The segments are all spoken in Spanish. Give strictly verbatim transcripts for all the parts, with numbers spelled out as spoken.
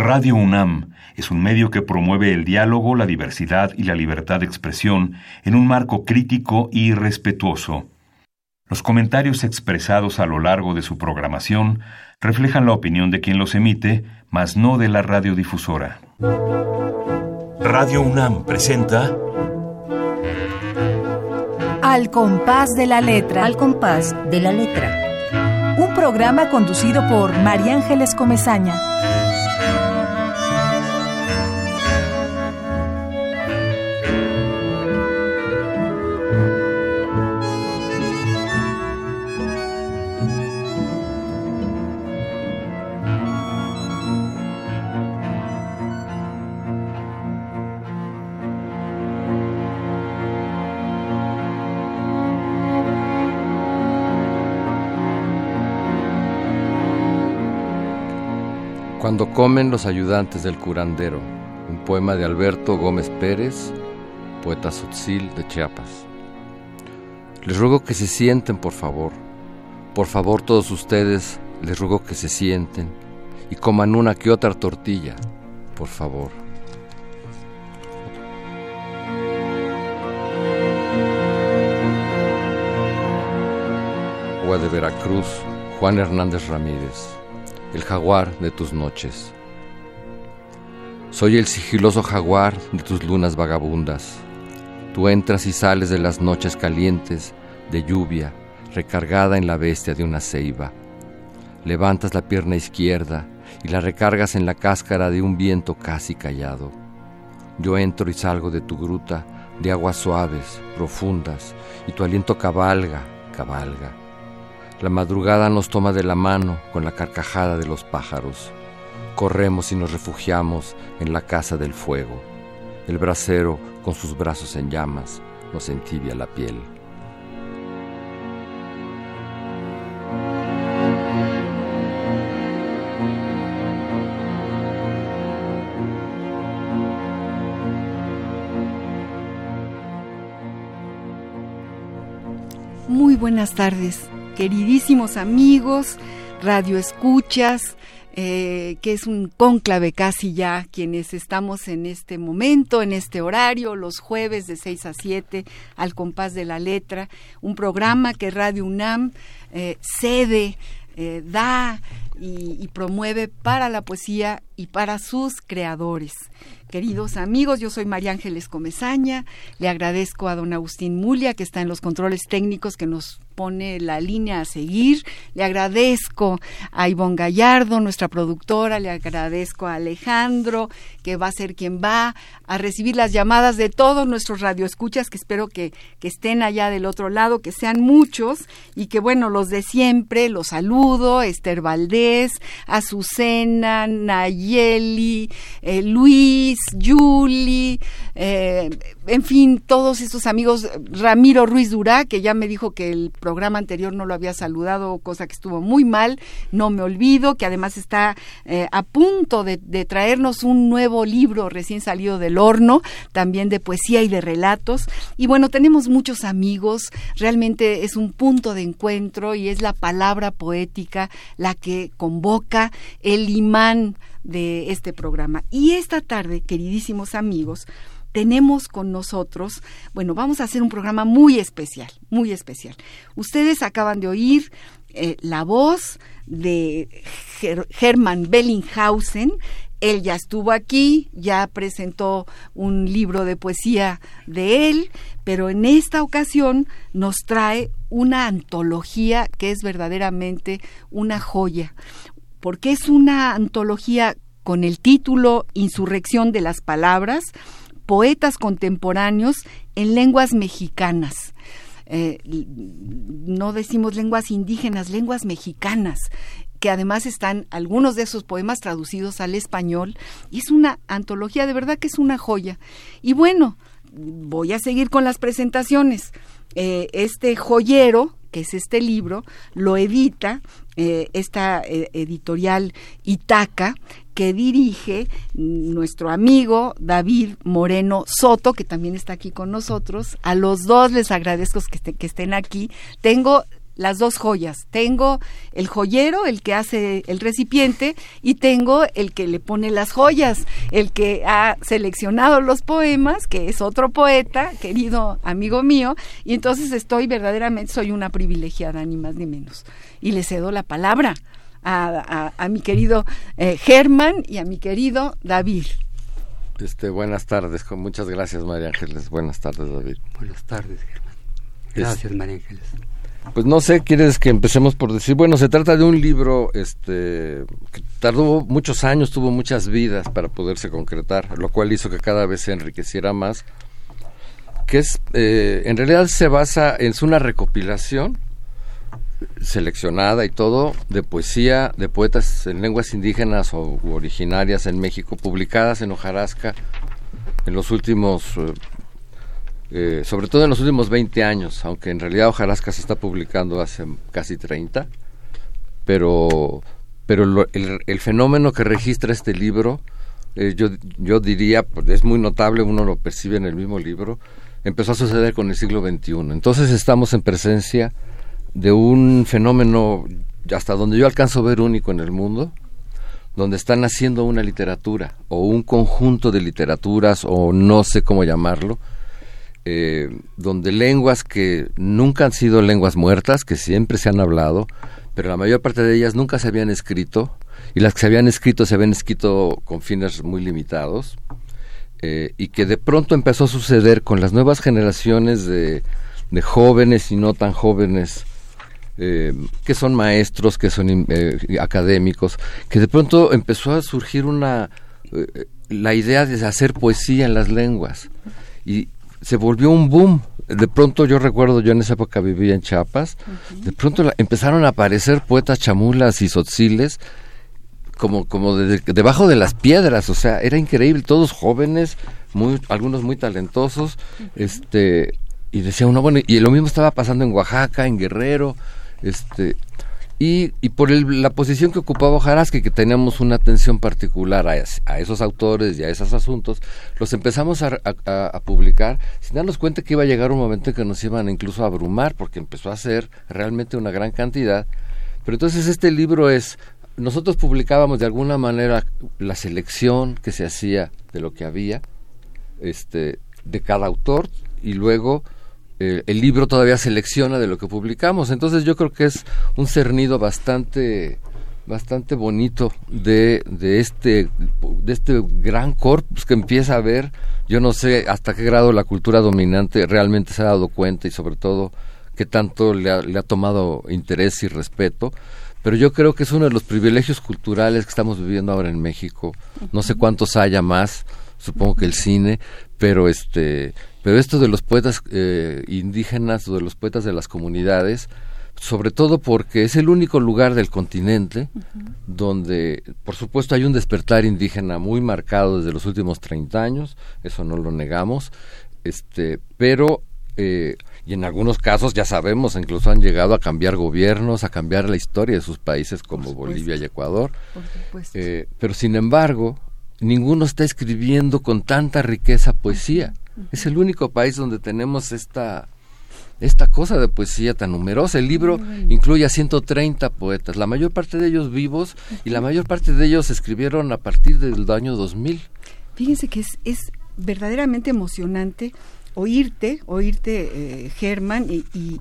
Radio UNAM es un medio que promueve el diálogo, la diversidad y la libertad de expresión en un marco crítico y respetuoso. Los comentarios expresados a lo largo de su programación reflejan la opinión de quien los emite, mas no de la radiodifusora. Radio UNAM presenta Al compás de la letra. Al compás de la letra. Un programa conducido por María Ángeles Comesaña. Cuando comen los ayudantes del curandero, un poema de Alberto Gómez Pérez, poeta tzotzil de Chiapas. Les ruego que se sienten, por favor. Por favor, todos ustedes, les ruego que se sienten y coman una que otra tortilla, por favor. Agua de Veracruz, Juan Hernández Ramírez. El jaguar de tus noches. Soy el sigiloso jaguar de tus lunas vagabundas. Tú entras y sales de las noches calientes de lluvia, recargada en la bestia de una ceiba. Levantas la pierna izquierda y la recargas en la cáscara de un viento casi callado. Yo entro y salgo de tu gruta de aguas suaves, profundas, y tu aliento cabalga, cabalga. La madrugada nos toma de la mano con la carcajada de los pájaros. Corremos y nos refugiamos en la casa del fuego. El brasero, con sus brazos en llamas, nos entibia la piel. Muy buenas tardes, queridísimos amigos, radioescuchas, eh, que es un cónclave casi ya, quienes estamos en este momento, en este horario, los jueves de seis a siete, al compás de la letra, un programa que Radio UNAM eh, cede, eh, da y, y promueve para la poesía y para sus creadores. Queridos amigos, yo soy María Ángeles Comesaña, le agradezco a don Agustín Mulia, que está en los controles técnicos, que nos pone la línea a seguir, le agradezco a Ivonne Gallardo, nuestra productora, le agradezco a Alejandro, que va a ser quien va a recibir las llamadas de todos nuestros radioescuchas, que espero que, que estén allá del otro lado, que sean muchos, y que bueno, los de siempre, los saludo, Esther Valdés, Azucena, Nayeli, eh, Luis, Yuli, eh, en fin, todos estos amigos, Ramiro Ruiz Durá, que ya me dijo que el programa anterior no lo había saludado, cosa que estuvo muy mal, no me olvido, que además está eh, a punto de, de traernos un nuevo libro recién salido del horno, también de poesía y de relatos, y bueno, tenemos muchos amigos, realmente es un punto de encuentro y es la palabra poética la que convoca el imán de este programa. Y esta tarde, queridísimos amigos, tenemos con nosotros, bueno, vamos a hacer un programa muy especial, muy especial. Ustedes acaban de oír eh, la voz de Ger- Hermann Bellinghausen. Él ya estuvo aquí, ya presentó un libro de poesía de él, pero en esta ocasión nos trae una antología que es verdaderamente una joya, porque es una antología con el título Insurrección de las Palabras, poetas contemporáneos en lenguas mexicanas. Eh, no decimos lenguas indígenas, lenguas mexicanas, que además están algunos de esos poemas traducidos al español, y es una antología, de verdad que es una joya. Y bueno, voy a seguir con las presentaciones. Eh, este joyero, que es este libro, lo edita eh, esta eh, editorial Itaca, que dirige nuestro amigo David Moreno Soto, que también está aquí con nosotros. A los dos les agradezco que, est- que estén aquí. Tengo las dos joyas. Tengo el joyero, el que hace el recipiente, y tengo el que le pone las joyas, el que ha seleccionado los poemas, que es otro poeta, querido amigo mío, y entonces estoy verdaderamente, soy una privilegiada, ni más ni menos. Y le cedo la palabra a, a, a mi querido eh, Germán y a mi querido David. Este, buenas tardes, con muchas gracias, María Ángeles. Buenas tardes, David. Buenas tardes, Germán. Gracias, es, María Ángeles. Pues no sé, ¿quieres que empecemos por decir? Bueno, se trata de un libro este, que tardó muchos años, tuvo muchas vidas para poderse concretar, lo cual hizo que cada vez se enriqueciera más, que es, eh, en realidad se basa en una recopilación seleccionada y todo de poesía de poetas en lenguas indígenas o u originarias en México, publicadas en hojarasca en los últimos... Eh, Eh, sobre todo en los últimos veinte años, aunque en realidad hojarasca se está publicando hace casi treinta, pero pero lo, el, el fenómeno que registra este libro, eh, yo yo diría, pues, es muy notable, uno lo percibe en el mismo libro, empezó a suceder con el siglo veintiuno. Entonces estamos en presencia de un fenómeno, hasta donde yo alcanzo a ver, único en el mundo, donde están haciendo una literatura, o un conjunto de literaturas, o no sé cómo llamarlo, Eh, donde lenguas que nunca han sido lenguas muertas, que siempre se han hablado, pero la mayor parte de ellas nunca se habían escrito, y las que se habían escrito se habían escrito con fines muy limitados, eh, y que de pronto empezó a suceder con las nuevas generaciones de, de jóvenes y no tan jóvenes, eh, que son maestros, que son eh, académicos, que de pronto empezó a surgir una eh, la idea de hacer poesía en las lenguas, y se volvió un boom. De pronto, yo recuerdo, yo en esa época vivía en Chiapas, uh-huh. de pronto la, empezaron a aparecer poetas chamulas y tzotziles como como de, de, debajo de las piedras, o sea, era increíble, todos jóvenes, muy algunos muy talentosos, uh-huh. este y decía uno, bueno, y lo mismo estaba pasando en Oaxaca, en Guerrero, este y, y por el, la posición que ocupaba hojarasca, que teníamos una atención particular a, a esos autores y a esos asuntos, los empezamos a, a, a publicar sin darnos cuenta que iba a llegar un momento en que nos iban incluso a abrumar, porque empezó a ser realmente una gran cantidad. Pero entonces este libro es, nosotros publicábamos de alguna manera la selección que se hacía de lo que había, este, de cada autor, y luego Eh, el libro todavía selecciona de lo que publicamos. Entonces yo creo que es un cernido bastante bastante bonito de de este de este gran corpus que empieza a ver. Yo no sé hasta qué grado la cultura dominante realmente se ha dado cuenta, y sobre todo qué tanto le ha, le ha tomado interés y respeto, pero yo creo que es uno de los privilegios culturales que estamos viviendo ahora en México. No sé cuántos haya más, supongo que el cine, pero este pero esto de los poetas eh, indígenas, o de los poetas de las comunidades, sobre todo porque es el único lugar del continente uh-huh. donde, por supuesto, hay un despertar indígena muy marcado desde los últimos treinta años, eso no lo negamos, este pero eh, y en algunos casos, ya sabemos, incluso han llegado a cambiar gobiernos, a cambiar la historia de sus países, como Bolivia y Ecuador, eh, pero sin embargo, ninguno está escribiendo con tanta riqueza poesía. Es el único país donde tenemos esta esta cosa de poesía tan numerosa. El libro incluye a ciento treinta poetas, la mayor parte de ellos vivos, y la mayor parte de ellos escribieron a partir del año dos mil. Fíjense que es, es verdaderamente emocionante oírte, oírte eh, Germán, y, y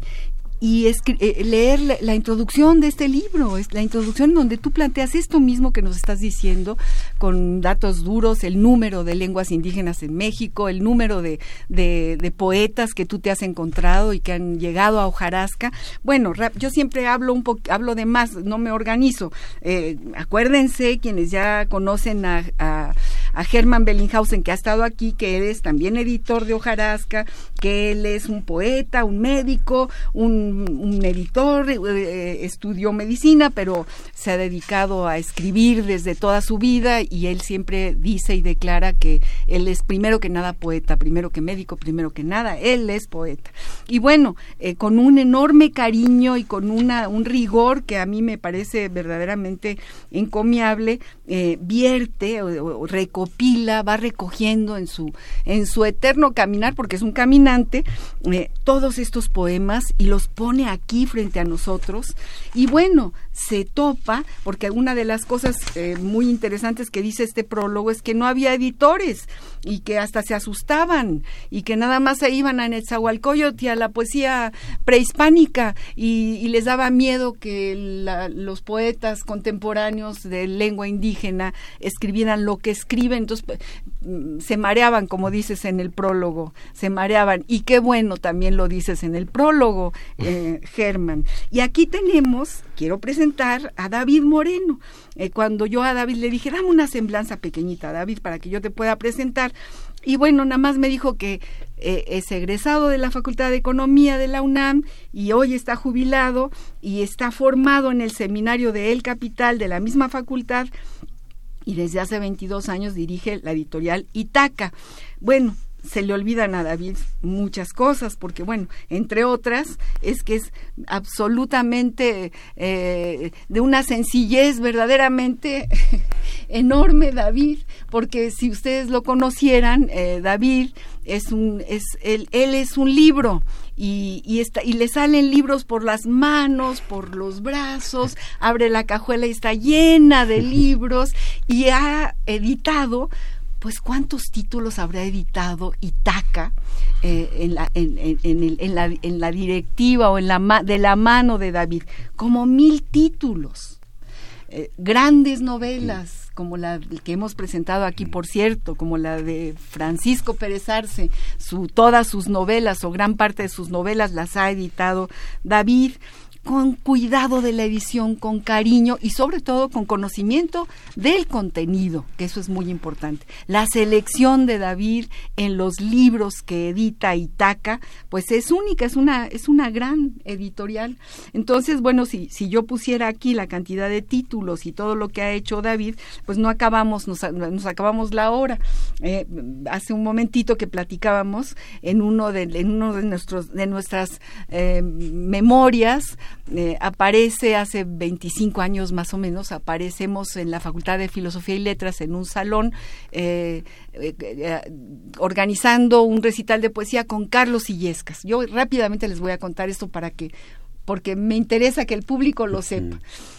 y escri- eh, leer la, la introducción de este libro, es la introducción donde tú planteas esto mismo que nos estás diciendo, con datos duros, el número de lenguas indígenas en México, el número de, de, de poetas que tú te has encontrado y que han llegado a hojarasca. Bueno, rap, yo siempre hablo un po- hablo de más, no me organizo. Eh, acuérdense, quienes ya conocen a, a, a Germán Bellinghausen, que ha estado aquí, que él es también editor de hojarasca, que él es un poeta, un médico, un un editor, eh, estudió medicina, pero se ha dedicado a escribir desde toda su vida, y él siempre dice y declara que él es primero que nada poeta, primero que médico, primero que nada, él es poeta. Y bueno, eh, con un enorme cariño y con una un rigor que a mí me parece verdaderamente encomiable, eh, vierte o, o recopila recopila, va recogiendo en su, en su eterno caminar, porque es un caminante, eh, todos estos poemas y los pone aquí frente a nosotros. Y bueno, se topa, porque una de las cosas eh, muy interesantes que dice este prólogo es que no había editores y que hasta se asustaban y que nada más se iban a Netzahualcóyotl y a la poesía prehispánica y, y les daba miedo que la, los poetas contemporáneos de lengua indígena escribieran lo que escriben, entonces se mareaban, como dices en el prólogo, se mareaban, y qué bueno también lo dices en el prólogo, eh, Germán. Y aquí tenemos, quiero presentar a David Moreno. Eh, cuando yo a David le dije, dame una semblanza pequeñita, David, para que yo te pueda presentar, y bueno, nada más me dijo que eh, es egresado de la Facultad de Economía de la UNAM y hoy está jubilado y está formado en el seminario de El Capital de la misma facultad, y desde hace veintidós años dirige la editorial Itaca. Bueno, se le olvidan a David muchas cosas, porque bueno, entre otras, es que es absolutamente eh, de una sencillez verdaderamente enorme David, porque si ustedes lo conocieran, eh, David es un, es, él, él es un libro, y, y, está, y le salen libros por las manos, por los brazos, abre la cajuela y está llena de libros, y ha editado, pues cuántos títulos habrá editado Itaca eh, en, la, en, en, en, el, en, la, en la directiva o en la ma, de la mano de David, como mil títulos, eh, grandes novelas, como la que hemos presentado aquí, por cierto, como la de Francisco Pérez Arce, su, todas sus novelas o gran parte de sus novelas las ha editado David, con cuidado de la edición, con cariño y sobre todo con conocimiento del contenido, que eso es muy importante. La selección de David en los libros que edita Itaca, pues es única, es una es una gran editorial. Entonces, bueno, si si yo pusiera aquí la cantidad de títulos y todo lo que ha hecho David, pues no acabamos, nos, nos acabamos la hora. Eh, hace un momentito que platicábamos en uno de en uno de nuestros de nuestras eh, memorias. Eh, aparece hace veinticinco años más o menos, aparecemos en la Facultad de Filosofía y Letras en un salón eh, eh, eh, organizando un recital de poesía con Carlos Illescas. Yo rápidamente les voy a contar esto para que, porque me interesa que el público lo sepa.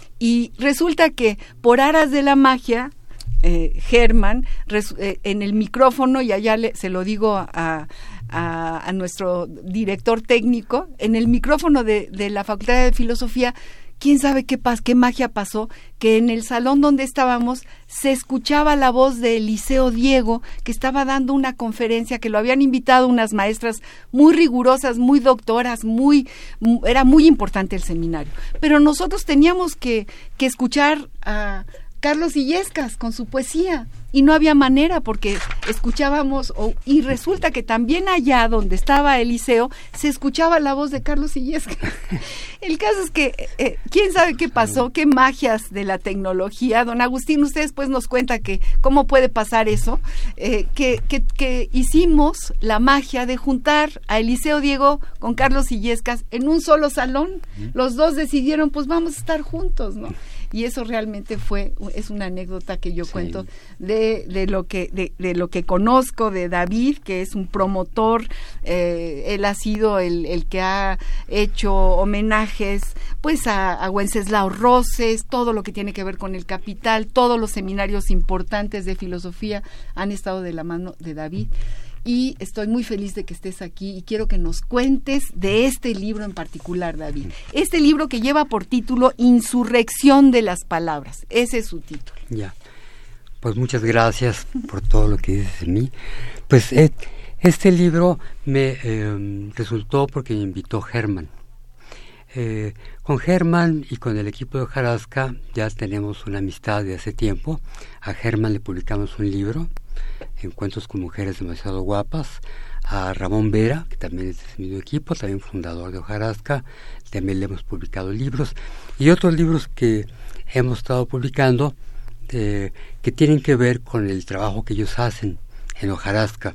Y resulta que por aras de la magia, eh, Germán, res, eh, en el micrófono, y allá le, se lo digo a A, a nuestro director técnico, en el micrófono de, de la Facultad de Filosofía, quién sabe qué, pas, qué magia pasó, que en el salón donde estábamos se escuchaba la voz de Eliseo Diego, que estaba dando una conferencia, que lo habían invitado unas maestras muy rigurosas, muy doctoras, muy era muy importante el seminario, pero nosotros teníamos que, que escuchar a Carlos Illescas con su poesía, y no había manera porque escuchábamos, oh, y resulta que también allá donde estaba Eliseo se escuchaba la voz de Carlos Illescas. El caso es que, eh, quién sabe qué pasó, qué magias de la tecnología. Don Agustín, usted después nos cuenta que cómo puede pasar eso, eh, que, que, que hicimos la magia de juntar a Eliseo Diego con Carlos Illescas en un solo salón. Los dos decidieron, pues vamos a estar juntos, ¿no? Y eso realmente fue, es una anécdota que yo sí. cuento de, de lo que de, de lo que conozco de David, que es un promotor. Eh, él ha sido el, el que ha hecho homenajes pues a, a Wenceslao Roses, todo lo que tiene que ver con el Capital, todos los seminarios importantes de filosofía han estado de la mano de David. Y estoy muy feliz de que estés aquí y quiero que nos cuentes de este libro en particular, David. Este libro que lleva por título Insurrección de las Palabras. Ese es su título. Ya, pues muchas gracias por todo lo que dices de mí. Pues eh, este libro me eh, resultó porque me invitó Germán. Eh, con Germán y con el equipo de Hojarasca ya tenemos una amistad de hace tiempo. A Germán le publicamos un libro, Encuentros con Mujeres Demasiado Guapas. A Ramón Vera, que también es de mi equipo, también fundador de Hojarasca, también le hemos publicado libros, y otros libros que hemos estado publicando eh, que tienen que ver con el trabajo que ellos hacen en Hojarasca,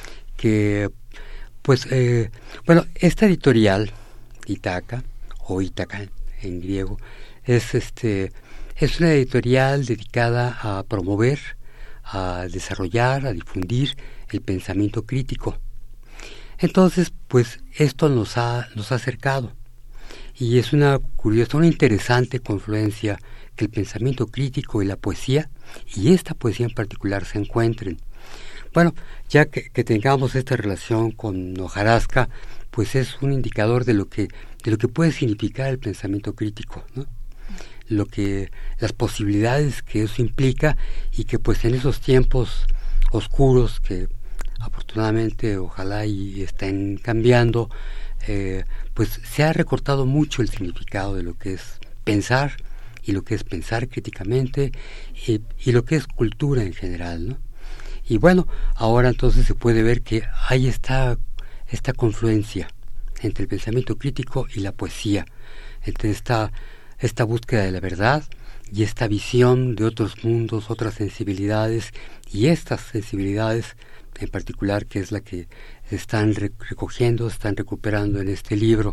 que pues eh, bueno, esta editorial Itaca o Itaca en griego es este es una editorial dedicada a promover, a desarrollar, a difundir el pensamiento crítico. Entonces, pues esto nos ha, nos ha acercado, y es una curiosa, una interesante confluencia que el pensamiento crítico y la poesía, y esta poesía en particular, se encuentren. Bueno, ya que, que tengamos esta relación con hojarasca, pues es un indicador de lo que de lo que puede significar el pensamiento crítico, ¿no? Lo que las posibilidades que eso implica, y que pues en esos tiempos oscuros que afortunadamente ojalá y estén cambiando, eh, pues se ha recortado mucho el significado de lo que es pensar, y lo que es pensar críticamente, y, y lo que es cultura en general, ¿no? Y bueno, ahora entonces se puede ver que hay esta, esta confluencia entre el pensamiento crítico y la poesía, entre esta, esta búsqueda de la verdad y esta visión de otros mundos, otras sensibilidades, y estas sensibilidades en particular, que es la que están recogiendo, están recuperando en este libro.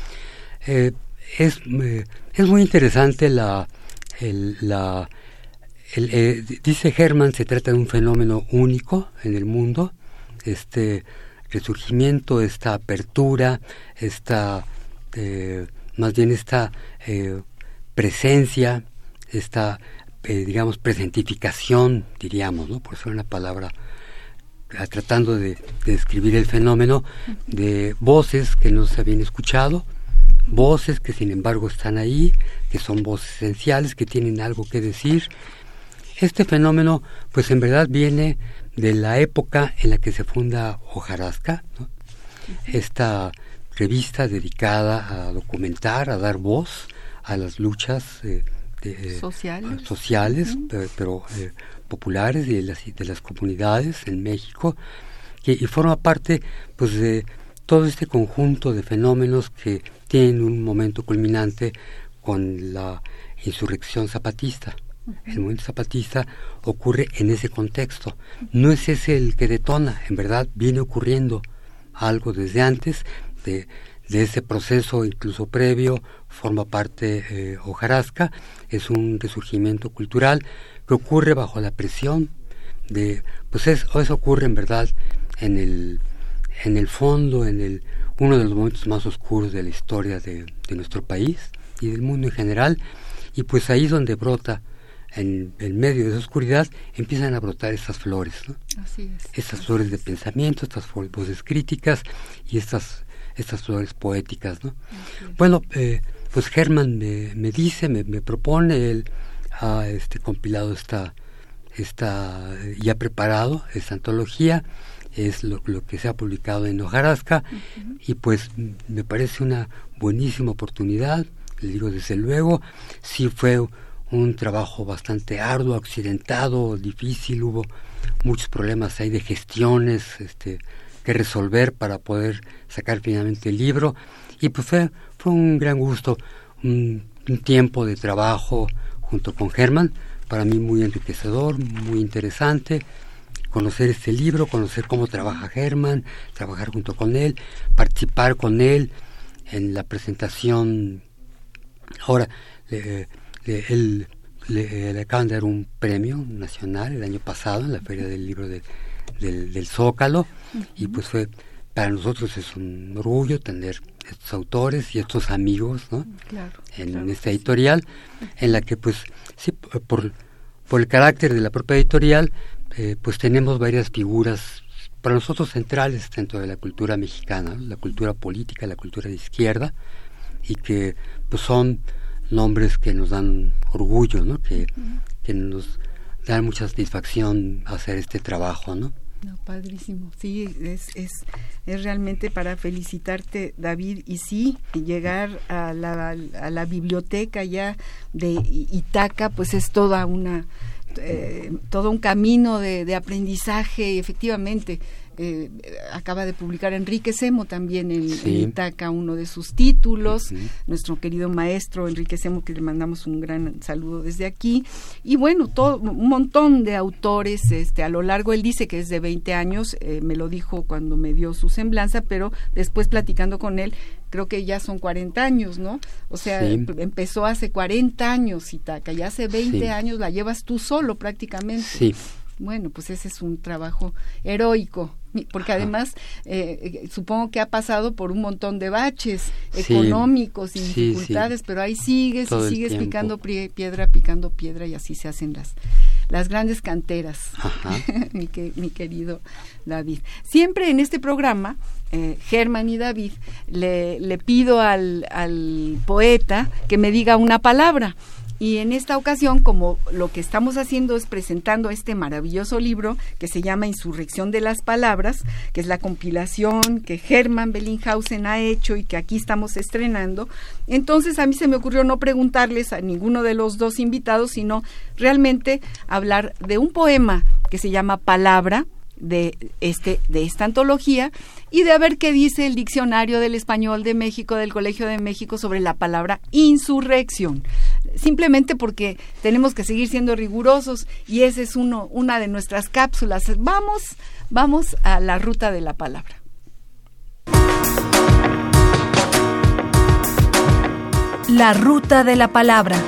Eh, es, eh, es muy interesante la... El, la el, eh, dice Herman, se trata de un fenómeno único en el mundo, este resurgimiento, esta apertura, esta eh, más bien esta eh, presencia, esta eh, digamos presentificación, diríamos, ¿no? Por ser una palabra, tratando de, de describir el fenómeno, de voces que no se habían escuchado, voces que sin embargo están ahí, que son voces esenciales, que tienen algo que decir. Este fenómeno, pues en verdad viene de la época en la que se funda Hojarasca, ¿no? Esta revista dedicada a documentar, a dar voz a las luchas eh, de, sociales, sociales uh-huh. pero, pero eh, populares de las, de las comunidades en México, que, y forma parte pues de todo este conjunto de fenómenos que tienen un momento culminante con la insurrección zapatista. El movimiento zapatista ocurre en ese contexto. No es ese el que detona, en verdad viene ocurriendo algo desde antes de, de ese proceso, incluso previo, forma parte eh, Hojarasca. Es un resurgimiento cultural que ocurre bajo la presión de, pues es, eso ocurre en verdad en el, en el fondo, en el uno de los momentos más oscuros de la historia de, de nuestro país y del mundo en general, y pues ahí es donde brota. En, en medio de esa oscuridad empiezan a brotar estas flores, ¿no? Así es. Estas flores de pensamiento, estas voces críticas y estas estas flores poéticas, ¿no? Bueno, eh, pues Herman me, me dice, me, me propone, él ha este, compilado esta, esta, ya preparado esta antología, es lo, lo que se ha publicado en Hojarasca, uh-huh. y pues me parece una buenísima oportunidad, le digo desde luego, sí fue un trabajo bastante arduo, accidentado, difícil, hubo muchos problemas ahí de gestiones este, que resolver para poder sacar finalmente el libro, y pues fue, fue un gran gusto, un, un tiempo de trabajo junto con Herman, para mí muy enriquecedor, muy interesante, conocer este libro, conocer cómo trabaja Herman, trabajar junto con él, participar con él en la presentación. Ahora, eh, Él, le, le acaban de dar un premio nacional el año pasado en la Feria del Libro de, del, del Zócalo, uh-huh. y pues fue, para nosotros es un orgullo tener estos autores y estos amigos, ¿no? Claro, en claro, esta editorial, sí. En la que pues sí, por, por el carácter de la propia editorial, eh, pues tenemos varias figuras para nosotros centrales dentro de la cultura mexicana, ¿no? La cultura política, la cultura de izquierda, y que pues son nombres que nos dan orgullo, ¿no? Que, uh-huh. que nos dan mucha satisfacción hacer este trabajo, ¿no? No, padrísimo. Sí, es, es, es realmente para felicitarte, David, y sí, llegar a la, a la biblioteca ya de Itaca, pues es toda una, eh, todo un camino de, de aprendizaje, efectivamente. Eh, acaba de publicar Enrique Semo también en, sí. en Itaca uno de sus títulos, uh-huh. nuestro querido maestro Enrique Semo, que le mandamos un gran saludo desde aquí, y bueno, todo un montón de autores este a lo largo. Él dice que es de veinte años, eh, me lo dijo cuando me dio su semblanza, pero después platicando con él, creo que ya son cuarenta años, ¿no? O sea, sí. empezó hace cuarenta años Itaca, y hace veinte sí. años la llevas tú solo prácticamente. Sí. Bueno, pues ese es un trabajo heroico, porque además eh, supongo que ha pasado por un montón de baches sí, económicos y sí, dificultades, sí. pero ahí sigues Todo y sigues picando piedra, picando piedra y así se hacen las las grandes canteras, mi, que, mi querido David. Siempre en este programa, eh, Germán y David, le, le pido al, al poeta que me diga una palabra. Y en esta ocasión, como lo que estamos haciendo es presentando este maravilloso libro que se llama Insurrección de las Palabras, que es la compilación que Hermann Bellinghausen ha hecho y que aquí estamos estrenando, entonces a mí se me ocurrió no preguntarles a ninguno de los dos invitados, sino realmente hablar de un poema que se llama Palabra, de este de esta antología, y de ver qué dice el Diccionario del Español de México, del Colegio de México, sobre la palabra insurrección. Simplemente porque tenemos que seguir siendo rigurosos y esa es uno una de nuestras cápsulas. Vamos, vamos a la ruta de la palabra. La ruta de la palabra.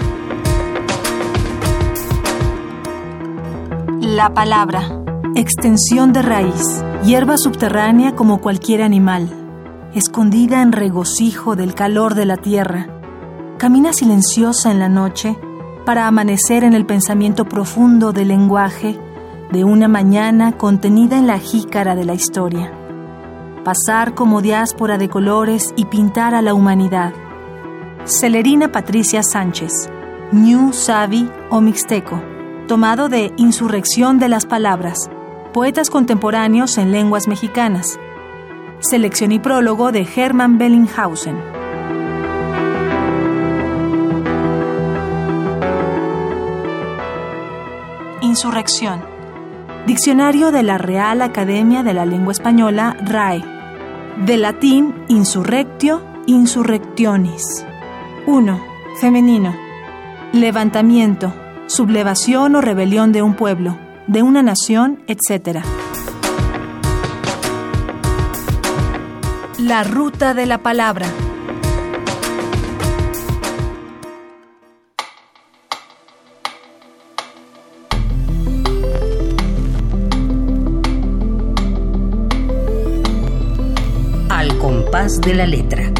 La palabra. Extensión de raíz, hierba subterránea como cualquier animal, escondida en regocijo del calor de la tierra, camina silenciosa en la noche para amanecer en el pensamiento profundo del lenguaje de una mañana contenida en la jícara de la historia, pasar como diáspora de colores y pintar a la humanidad. Celerina Patricia Sánchez, Ñu Savi o Mixteco, tomado de Insurrección de las Palabras, Poetas contemporáneos en lenguas mexicanas. Selección y prólogo de Hermann Bellinghausen. Insurrección. Diccionario de la Real Academia de la Lengua Española, R A E. Del latín insurrectio, insurrectionis. uno. Femenino. Levantamiento, sublevación o rebelión de un pueblo, de una nación, etcétera. La ruta de la palabra. Al compás de la letra.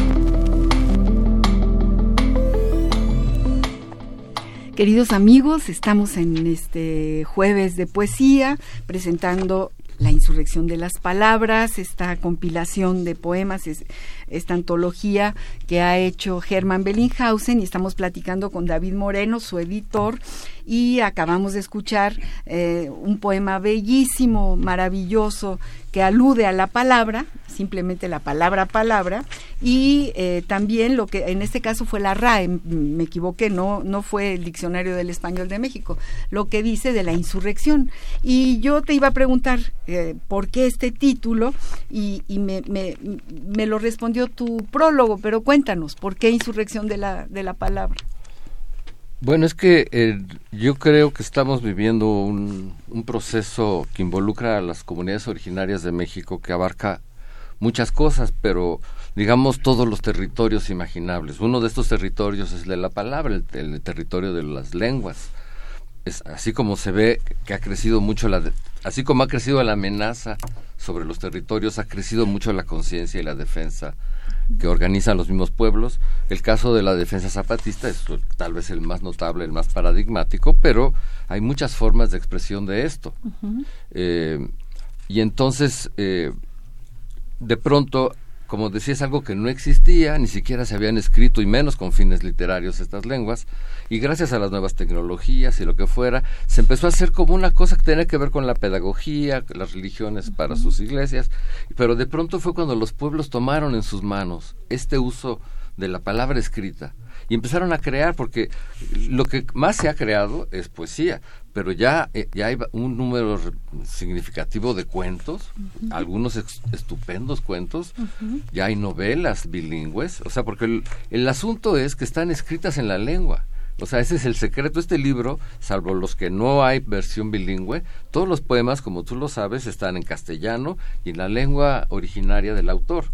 Queridos amigos, estamos en este jueves de poesía presentando La Insurrección de las Palabras, esta compilación de poemas, es, esta antología que ha hecho Hermann Bellinghausen, y estamos platicando con David Moreno, su editor, y acabamos de escuchar eh, un poema bellísimo, maravilloso, que alude a la palabra, simplemente la palabra palabra, y eh, también lo que en este caso fue la R A E, me equivoqué, no, no fue el Diccionario del Español de México, lo que dice de la insurrección. Y yo te iba a preguntar eh, por qué este título, y, y me, me, me lo respondió tu prólogo, pero cuéntanos, ¿por qué insurrección de la, de la palabra? Bueno, es que eh, yo creo que estamos viviendo un, un proceso que involucra a las comunidades originarias de México, que abarca muchas cosas, pero digamos todos los territorios imaginables. Uno de estos territorios es el de la palabra, el, el territorio de las lenguas. Es así como se ve que ha crecido mucho la, de, así como ha crecido la amenaza sobre los territorios, ha crecido mucho la conciencia y la defensa que organizan los mismos pueblos. El caso de la defensa zapatista es tal vez el más notable, el más paradigmático, pero hay muchas formas de expresión de esto. Uh-huh. Eh, y entonces, eh, de pronto, como decía, es algo que no existía, ni siquiera se habían escrito, y menos con fines literarios, estas lenguas, y gracias a las nuevas tecnologías y lo que fuera, se empezó a hacer como una cosa que tenía que ver con la pedagogía, las religiones uh-huh. para sus iglesias, pero de pronto fue cuando los pueblos tomaron en sus manos este uso de la palabra escrita, y empezaron a crear, porque lo que más se ha creado es poesía, pero ya, eh, ya hay un número significativo de cuentos, uh-huh. algunos ex- estupendos cuentos, uh-huh. ya hay novelas bilingües, o sea, porque el, el asunto es que están escritas en la lengua. O sea, ese es el secreto. Este libro, salvo los que no hay versión bilingüe, todos los poemas, como tú lo sabes, están en castellano y en la lengua originaria del autor.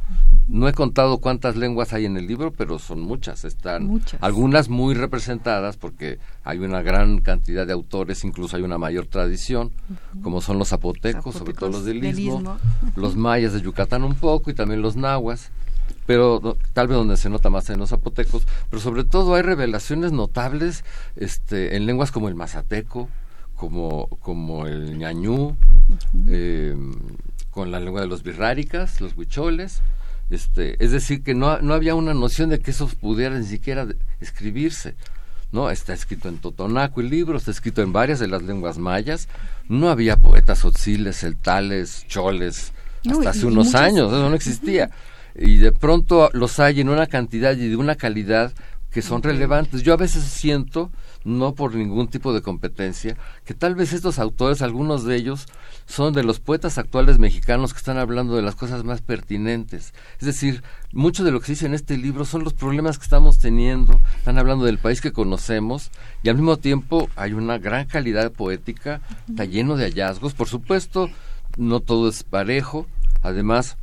no he contado cuántas lenguas hay en el libro, pero son muchas, están muchas. Algunas muy representadas porque hay una gran cantidad de autores, incluso hay una mayor tradición, uh-huh. como son los zapotecos, zapotecos sobre todo los del Istmo, los mayas de Yucatán un poco y también los nahuas, pero no, tal vez donde se nota más en los zapotecos, pero sobre todo hay revelaciones notables este, en lenguas como el mazateco, como, como el ñañú, uh-huh. eh, con la lengua de los birráricas, los huicholes. Este, es decir, que no, no había una noción de que eso pudiera ni siquiera escribirse, ¿no? Está escrito en totonaco el libro, está escrito en varias de las lenguas mayas, no había poetas tzotziles, celtales, choles, hasta no, hace unos muchas... años, eso no existía, y de pronto los hay en una cantidad y de una calidad que son okay. relevantes. Yo a veces siento, no por ningún tipo de competencia, que tal vez estos autores, algunos de ellos, son de los poetas actuales mexicanos que están hablando de las cosas más pertinentes. Es decir, mucho de lo que se dice en este libro son los problemas que estamos teniendo, están hablando del país que conocemos, y al mismo tiempo hay una gran calidad poética, está lleno de hallazgos. Por supuesto, no todo es parejo, además...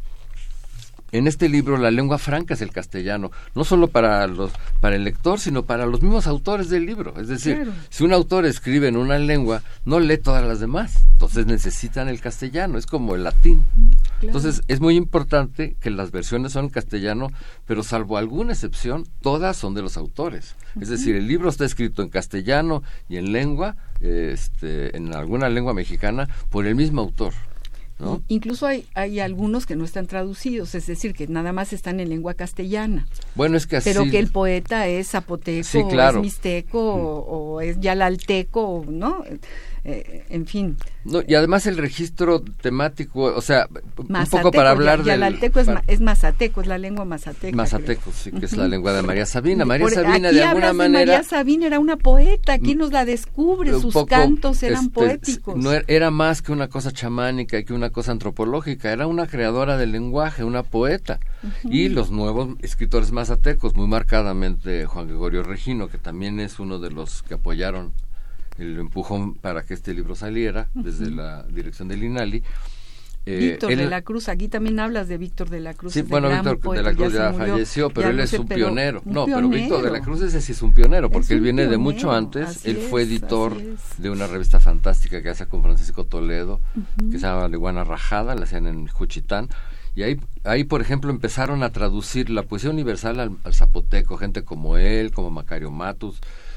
En este libro la lengua franca es el castellano, no solo para los para el lector, sino para los mismos autores del libro. Es decir, claro. si un autor escribe en una lengua, no lee todas las demás, entonces necesitan el castellano, es como el latín. Claro. Entonces es muy importante que las versiones son en castellano, pero salvo alguna excepción, todas son de los autores. Uh-huh. Es decir, el libro está escrito en castellano y en lengua, este, en alguna lengua mexicana, por el mismo autor, ¿no? Incluso hay, hay algunos que no están traducidos, es decir, que nada más están en lengua castellana. Bueno, es que así... Pero que el poeta es zapoteco, sí, claro. o es mixteco, mm. o, o es yalalteco, ¿no? Eh, en fin. No, y además el registro temático, o sea, mazateco, un poco para hablar del... Yalalteco es, para, es mazateco, es la lengua mazateca. Mazateco, creo. Sí, que es la lengua de María Sabina. María Por, Sabina, aquí de alguna hablas manera... De María Sabina era una poeta, aquí nos la descubre, sus poco, cantos eran este, poéticos. No era, era más que una cosa chamánica y que una cosa antropológica, era una creadora del lenguaje, una poeta. Uh-huh. Y los nuevos escritores mazatecos, muy marcadamente Juan Gregorio Regino, que también es uno de los que apoyaron el empujón para que este libro saliera, uh-huh. desde la dirección del INALI. Eh, Víctor él, de la Cruz, aquí también hablas de Víctor de la Cruz. Sí, bueno, Víctor poeta, de la Cruz ya, ya falleció, pero él es un pionero. Un no, pionero. Pero Víctor de la Cruz ese sí es un pionero, porque él viene pionero, de mucho antes. Él es, fue editor de una revista fantástica que hace con Francisco Toledo, uh-huh. que se llama La Iguana Rajada, la hacían en Juchitán. Y ahí, ahí, por ejemplo, empezaron a traducir la poesía universal al, al zapoteco, gente como él, como Macario Matus,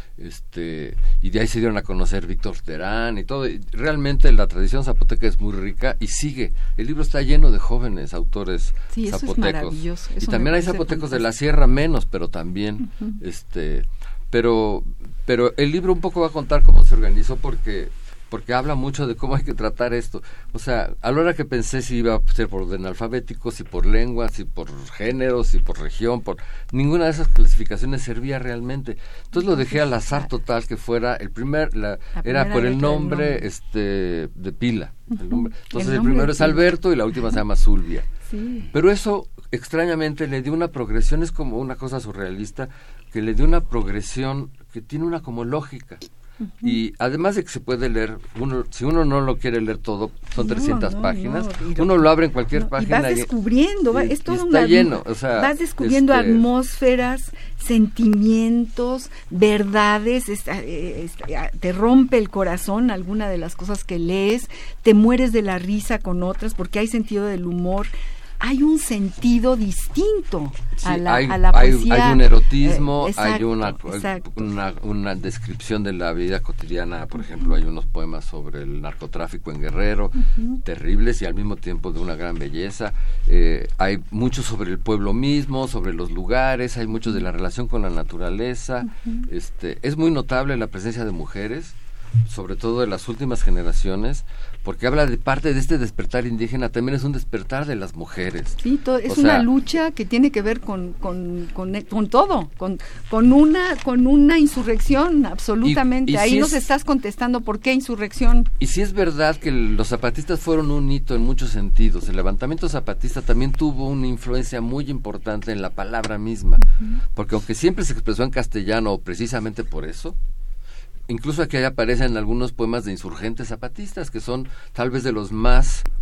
este y de ahí se dieron a conocer Víctor Terán y todo. Y realmente la tradición zapoteca es muy rica y sigue. El libro está lleno de jóvenes autores sí, eso zapotecos. Es maravilloso. Eso y también hay zapotecos fantástico. De la sierra, menos, pero también, uh-huh. este, pero, pero el libro un poco va a contar cómo se organizó porque porque habla mucho de cómo hay que tratar esto. O sea, a la hora que pensé si iba a ser por orden alfabético, si por lengua, si por género, si por región, por ninguna de esas clasificaciones servía realmente. Entonces lo dejé al azar total, que fuera el primer, la, la era por el nombre, nombre este de pila. El nombre. Entonces el, el primero es Alberto y la última se llama Zulvia. Sí. Pero eso extrañamente le dio una progresión, es como una cosa surrealista, que le dio una progresión que tiene una como lógica. Uh-huh. Y además de que se puede leer, uno, si uno no lo quiere leer todo, son no, trescientas no, páginas, no, uno lo abre en cualquier no, página. Y vas descubriendo, y, va, es todo está una, lleno, o sea, vas descubriendo este, atmósferas, sentimientos, verdades, es, es, te rompe el corazón alguna de las cosas que lees, te mueres de la risa con otras, porque hay sentido del humor. Hay un sentido distinto sí, a, la, hay, a la poesía. Hay, hay un erotismo, eh, exacto, hay una, una una descripción de la vida cotidiana. Por ejemplo, hay unos poemas sobre el narcotráfico en Guerrero, uh-huh. terribles y al mismo tiempo de una gran belleza. Eh, hay mucho sobre el pueblo mismo, sobre los lugares, hay mucho de la relación con la naturaleza. Uh-huh. Este, es muy notable la presencia de mujeres, sobre todo de las últimas generaciones, porque habla de parte de este despertar indígena, también es un despertar de las mujeres. Sí, to- es o una sea, lucha que tiene que ver con con, con, con todo, con, con una con una insurrección, absolutamente. Y, y Ahí si nos es, estás contestando por qué insurrección. Y si es verdad que los zapatistas fueron un hito en muchos sentidos, el levantamiento zapatista también tuvo una influencia muy importante en la palabra misma, uh-huh. porque aunque siempre se expresó en castellano, precisamente por eso, incluso aquí aparecen algunos poemas de insurgentes zapatistas que son tal vez de los más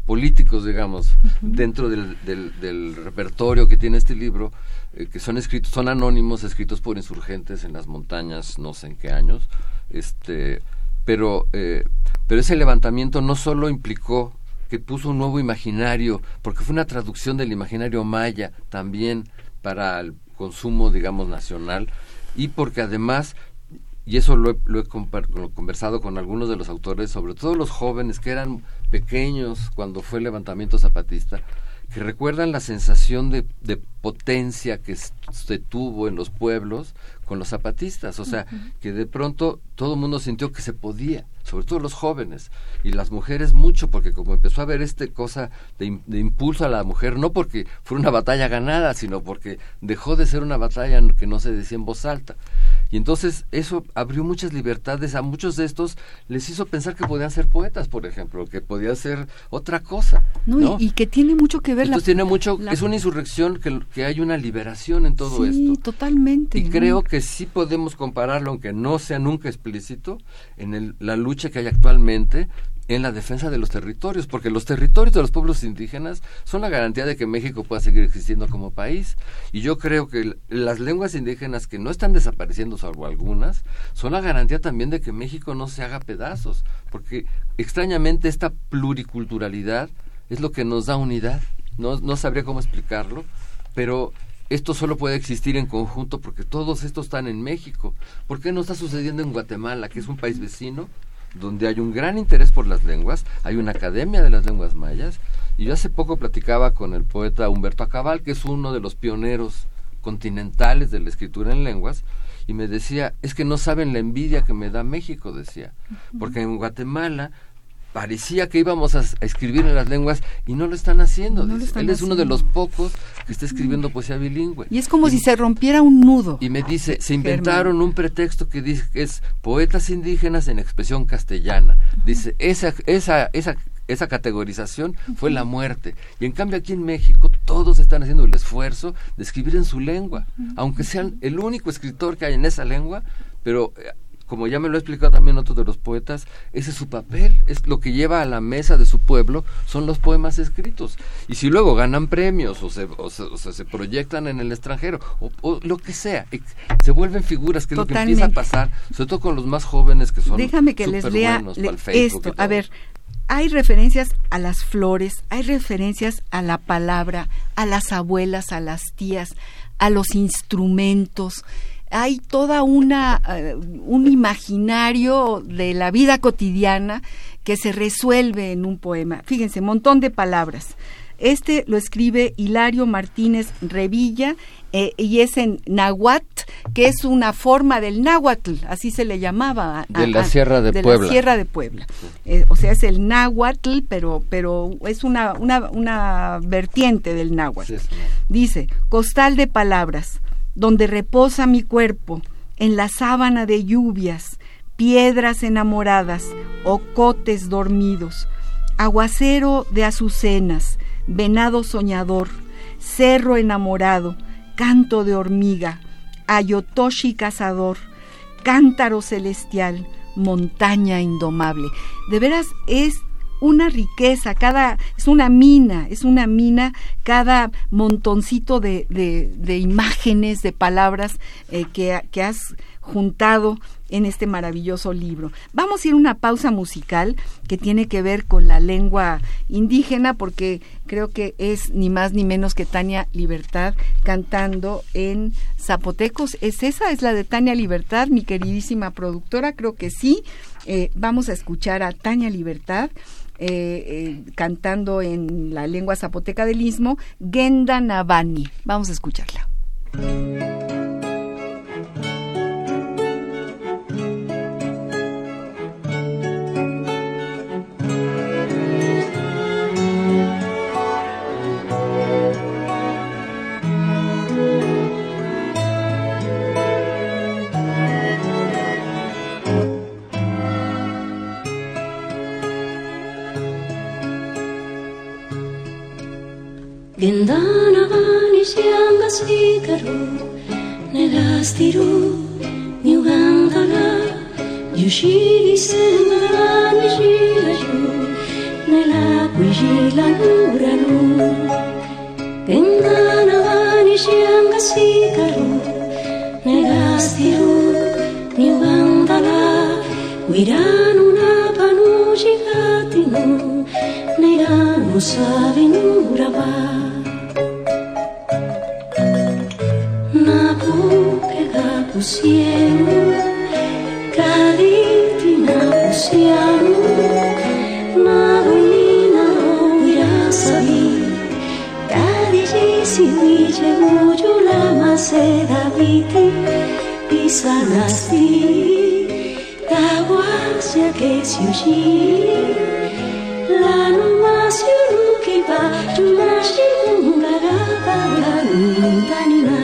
políticos, digamos, uh-huh. dentro del, del, del repertorio que tiene este libro, eh, que son escritos, son anónimos, escritos por insurgentes en las montañas, no sé en qué años, este, pero, eh, pero ese levantamiento no solo implicó que puso un nuevo imaginario, porque fue una traducción del imaginario maya también para el consumo, digamos, nacional, y porque además, y eso lo he, lo he compar- lo he conversado con algunos de los autores, sobre todo los jóvenes que eran pequeños cuando fue el levantamiento zapatista, que recuerdan la sensación de, de potencia que se tuvo en los pueblos con los zapatistas, o sea, uh-huh. que de pronto todo el mundo sintió que se podía, sobre todo los jóvenes, y las mujeres mucho, porque como empezó a haber esta cosa de, de impulso a la mujer, no porque fuera una batalla ganada, sino porque dejó de ser una batalla que no se decía en voz alta. Y entonces eso abrió muchas libertades, a muchos de estos les hizo pensar que podían ser poetas, por ejemplo, que podían ser otra cosa. No, ¿no? Y, y que tiene mucho que ver. Entonces la, tiene mucho, la... es una insurrección, que, que hay una liberación en todo sí, esto. Sí, totalmente. Y ¿no? creo que sí podemos compararlo, aunque no sea nunca explícito, en el, la lucha que hay actualmente en la defensa de los territorios, porque los territorios de los pueblos indígenas son la garantía de que México pueda seguir existiendo como país. Y yo creo que las lenguas indígenas que no están desapareciendo, salvo algunas, son la garantía también de que México no se haga pedazos, porque extrañamente esta pluriculturalidad es lo que nos da unidad. No, no sabría cómo explicarlo, pero esto solo puede existir en conjunto porque todos estos están en México. ¿Por qué no está sucediendo en Guatemala, que es un país vecino, donde hay un gran interés por las lenguas, hay una academia de las lenguas mayas? Y yo hace poco platicaba con el poeta Humberto Acabal, que es uno de los pioneros continentales de la escritura en lenguas, y me decía, es que no saben la envidia que me da México, decía, porque en Guatemala parecía que íbamos a, a escribir en las lenguas y no lo están haciendo. No lo están Él es haciendo. Uno de los pocos que está escribiendo poesía bilingüe. Y es como y, si se rompiera un nudo. Y me dice, se inventaron un pretexto que dice que es poetas indígenas en expresión castellana. Dice, esa, esa, esa, esa categorización fue la muerte. Y en cambio aquí en México todos están haciendo el esfuerzo de escribir en su lengua, aunque sean el único escritor que hay en esa lengua, pero como ya me lo ha explicado también otro de los poetas, ese es su papel, es lo que lleva a la mesa de su pueblo, son los poemas escritos. Y si luego ganan premios o se, o se, o se, se proyectan en el extranjero, o, o lo que sea, se vuelven figuras, que Totalmente. Es lo que empieza a pasar, sobre todo con los más jóvenes que son Déjame que les lea buenos le, para el Facebook esto, a ver, hay referencias a las flores, hay referencias a la palabra, a las abuelas, a las tías, a los instrumentos. Hay toda una uh, un imaginario de la vida cotidiana que se resuelve en un poema. Fíjense, montón de palabras. Este lo escribe Hilario Martínez Revilla eh, y es en náhuatl, que es una forma del náhuatl, así se le llamaba. A, de la a, Sierra de, de Puebla. la Sierra de Puebla. Eh, o sea, es el náhuatl, pero pero es una una una vertiente del náhuatl. Sí, sí. Dice, costal de palabras, donde reposa mi cuerpo, en la sábana de lluvias, piedras enamoradas, ocotes dormidos, aguacero de azucenas, venado soñador, cerro enamorado, canto de hormiga, ayotoshi cazador, cántaro celestial, montaña indomable. De veras es una riqueza, cada es una mina, es una mina cada montoncito de, de, de imágenes, de palabras eh, que, que has juntado en este maravilloso libro. Vamos a ir a una pausa musical que tiene que ver con la lengua indígena, porque creo que es ni más ni menos que Tania Libertad cantando en zapotecos. ¿Es esa? ¿Es la de Tania Libertad, mi queridísima productora? Creo que sí. Eh, vamos a escuchar a Tania Libertad Eh, eh, cantando en la lengua zapoteca del Istmo, Genda Navani. Vamos a escucharla. Gendana vani sianga sikaru negastiru niugangana yushiri semara nishiraju nella vigila nuranu tendana vani shianga sikaru negastiru ni vandala wiranu na panuji gatinu neganu savinurava napu ke gapusiemu kaliti napusiemu naguina wirasavi kadiji siwiche ujula maseda viti pisanasti kawasia ke siushi lanu masiuru kiba junashi ngagapa landanina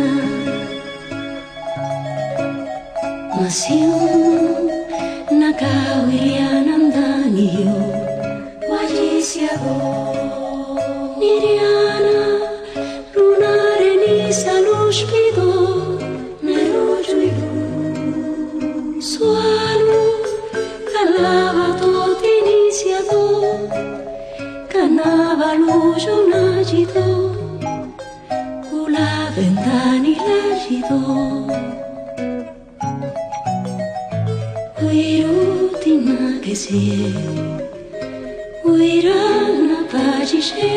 masiu nakawirianandaniyo wajisiago niriana lunare ni salushpido nerojuilu sualu kalava totinisiado kanava lujo najito kula ventani lajito Uirutina che si è Uirana pacisce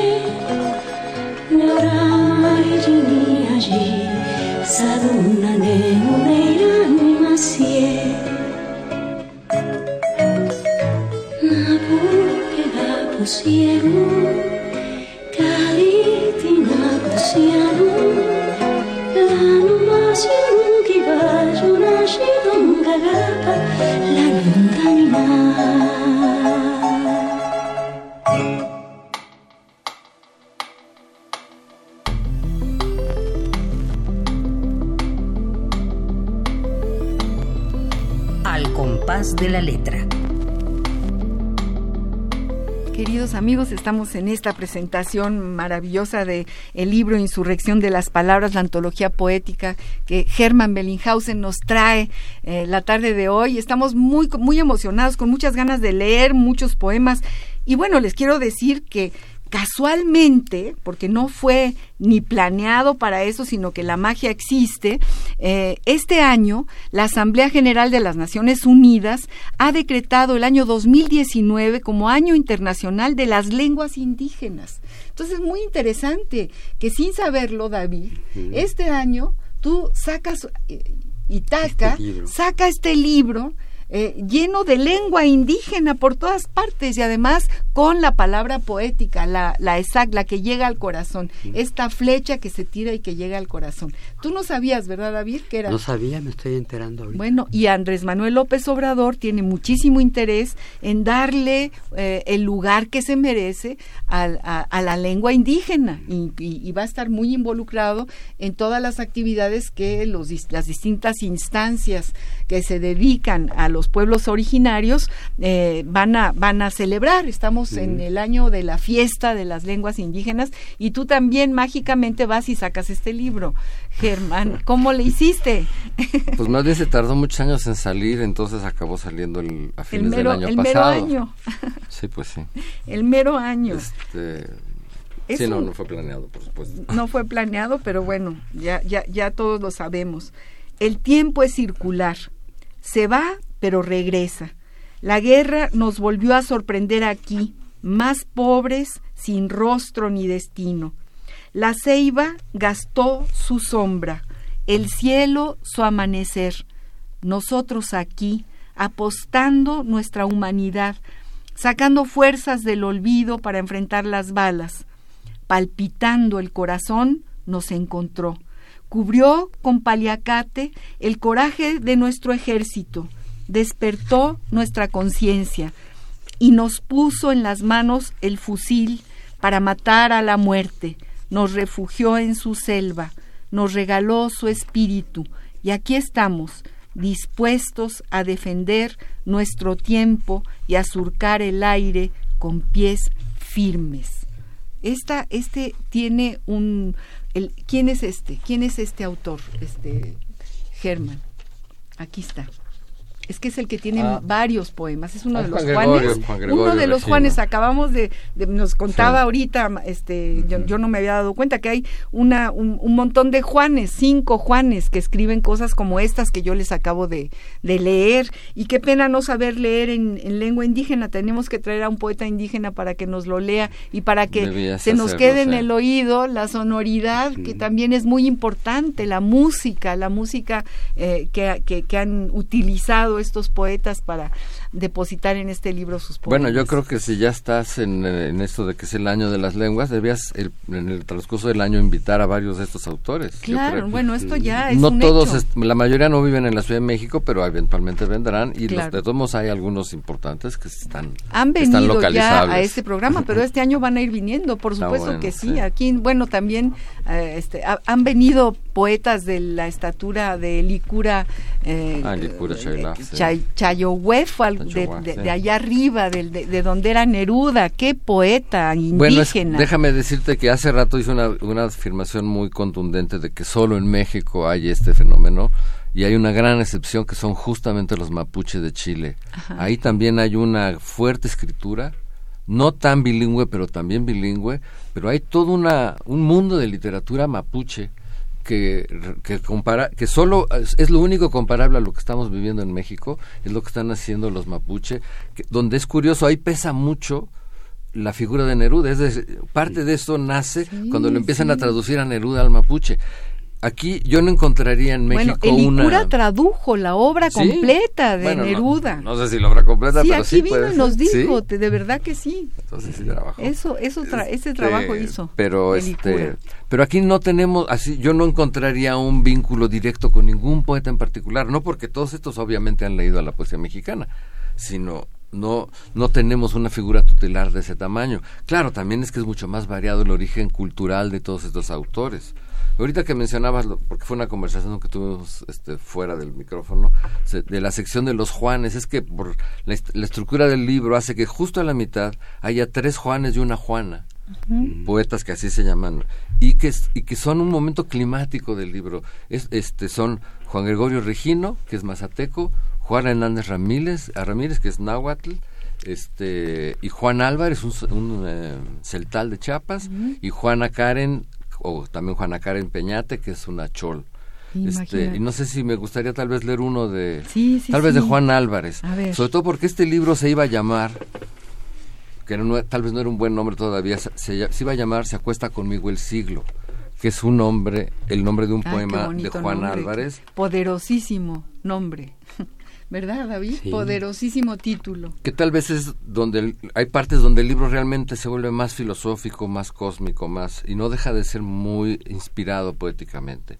Neoramai giniagi Saduna nemu neirani masie Napu che gapusiemu Kaliti napusiemu Lanu masiemu ki baju nashidon gagapa Lanundanina Al compás de la letra. Queridos amigos, estamos en esta presentación maravillosa de el libro Insurrección de las Palabras, la antología poética que Hermann Bellinghausen nos trae eh, la tarde de hoy. Estamos muy, muy emocionados, con muchas ganas de leer muchos poemas. Y bueno, les quiero decir que casualmente, porque no fue ni planeado para eso, sino que la magia existe, eh, este año la Asamblea General de las Naciones Unidas ha decretado el año dos mil diecinueve como Año Internacional de las Lenguas Indígenas. Entonces es muy interesante que sin saberlo, David, mm. este año tú sacas, eh, Itaca, este saca este libro Eh, lleno de lengua indígena por todas partes y además con la palabra poética, la, la exacta, la que llega al corazón, esta flecha que se tira y que llega al corazón. Tú no sabías, ¿verdad, David? Que era... No sabía, me estoy enterando ahorita. Bueno, y Andrés Manuel López Obrador tiene muchísimo interés en darle eh, el lugar que se merece a, a, a la lengua indígena y, y, y va a estar muy involucrado en todas las actividades que los, las distintas instancias que se dedican a los pueblos originarios eh, van a van a celebrar. Estamos mm. en el año de la fiesta de las lenguas indígenas y tú también mágicamente vas y sacas este libro. Germán, ¿cómo le hiciste? Pues más bien se tardó muchos años en salir, entonces acabó saliendo el, a fines el mero, del año el pasado. El mero año. Sí, pues sí. El mero año. Este... Es sí, no, un... no fue planeado, por supuesto. No fue planeado, pero bueno, ya, ya, ya todos lo sabemos. El tiempo es circular. Se va, pero regresa. La guerra nos volvió a sorprender aquí, más pobres, sin rostro ni destino. La ceiba gastó su sombra, el cielo su amanecer. Nosotros aquí, apostando nuestra humanidad, sacando fuerzas del olvido para enfrentar las balas. Palpitando el corazón, nos encontró. Cubrió con paliacate el coraje de nuestro ejército, despertó nuestra conciencia y nos puso en las manos el fusil para matar a la muerte, nos refugió en su selva, nos regaló su espíritu y aquí estamos, dispuestos a defender nuestro tiempo y a surcar el aire con pies firmes. Esta, este tiene un... El, ¿Quién es este? ¿Quién es este autor? Este Hermann. Aquí está. Es que es el que tiene Ah. varios poemas, es uno Ah, de los Juan Gregorio, Juanes, Juan Gregorio uno de los Regino. Juanes, acabamos de, de nos contaba Sí. ahorita, este, yo, yo no me había dado cuenta que hay una un, un montón de Juanes, cinco Juanes que escriben cosas como estas que yo les acabo de, de leer, y qué pena no saber leer en, en lengua indígena, tenemos que traer a un poeta indígena para que nos lo lea y para que Debías se nos hacerlo, quede en sí. el oído la sonoridad, que también es muy importante, la música, la música eh, que, que, que han utilizado estos poetas para depositar en este libro sus poemas. Bueno, yo creo que si ya estás en, en esto de que es el año de las lenguas, debías el, en el transcurso del año invitar a varios de estos autores. yo Claro, creo. bueno, esto ya es No un todos, hecho. est- la mayoría no viven en la Ciudad de México, pero eventualmente vendrán, y Claro. los, de todos modos hay algunos importantes que están, Han que están venido ya localizables. a este programa, pero este año van a ir viniendo, por Está supuesto bueno, que sí. sí. Aquí, bueno, también eh, este, ha- han venido poetas de la estatura de Licura, eh, Ah, Licura Chailaf, eh, sí. Chay- Chayohuéfal, de, Chayohuá, de- sí. de allá arriba, del- de, de donde era Neruda, qué poeta Bueno, es- indígena. déjame decirte que hace rato hice una, una afirmación muy contundente de que solo en México hay este fenómeno, y hay una gran excepción que son justamente los mapuches de Chile. Ajá. Ahí también hay una fuerte escritura, no tan bilingüe, pero también bilingüe, pero hay todo una, un mundo de literatura mapuche que, que compara, que solo es, es lo único comparable a lo que estamos viviendo en México, es lo que están haciendo los mapuche, que, donde es curioso, ahí pesa mucho la figura de Neruda, es decir, parte de esto nace Sí, cuando lo empiezan sí. a traducir a Neruda al mapuche. Aquí yo no encontraría en México Bueno, el una... Licura tradujo la obra Sí. completa de Bueno, no- Neruda. No, sé si la obra completa, sí, pero aquí sí vino puede y nos ser. dijo, ¿Sí? te- de verdad que sí. Entonces sí trabajó. Eso, eso tra- ese Este, trabajo hizo. Pero el este, Licura. pero aquí no tenemos así, yo no encontraría un vínculo directo con ningún poeta en particular, no porque todos estos obviamente han leído a la poesía mexicana, sino no no tenemos una figura tutelar de ese tamaño. Claro, también es que es mucho más variado el origen cultural de todos estos autores. Ahorita que mencionabas, lo- porque fue una conversación que tuvimos este, fuera del micrófono, se- de la sección de los Juanes, es que por la, est- la estructura del libro hace que justo a la mitad haya tres Juanes y una Juana, poetas que así se llaman, y que, es- y que son un momento climático del libro. Es, este, son Juan Gregorio Regino, que es mazateco, Juan Hernández Ramírez, a Ramírez, que es náhuatl, este, y Juan Álvarez, un, c- un eh, celtal de Chiapas, y Juana Karen, o también Juana Karen Peñate, que es una chol. Este, Imagínate. y no sé si me gustaría tal vez leer uno de, Sí, sí, tal vez de sí. Juan Álvarez, A ver. sobre todo porque este libro se iba a llamar, que no, tal vez no era un buen nombre todavía, se, se, se iba a llamar Se acuesta conmigo el siglo, que es un nombre, el nombre de un Ah, qué poema de bonito Juan nombre. Álvarez. Poderosísimo nombre. ¿Verdad, David? Sí. Poderosísimo título. Que tal vez es donde el- hay partes donde el libro realmente se vuelve más filosófico, más cósmico, más, y no deja de ser muy inspirado poéticamente.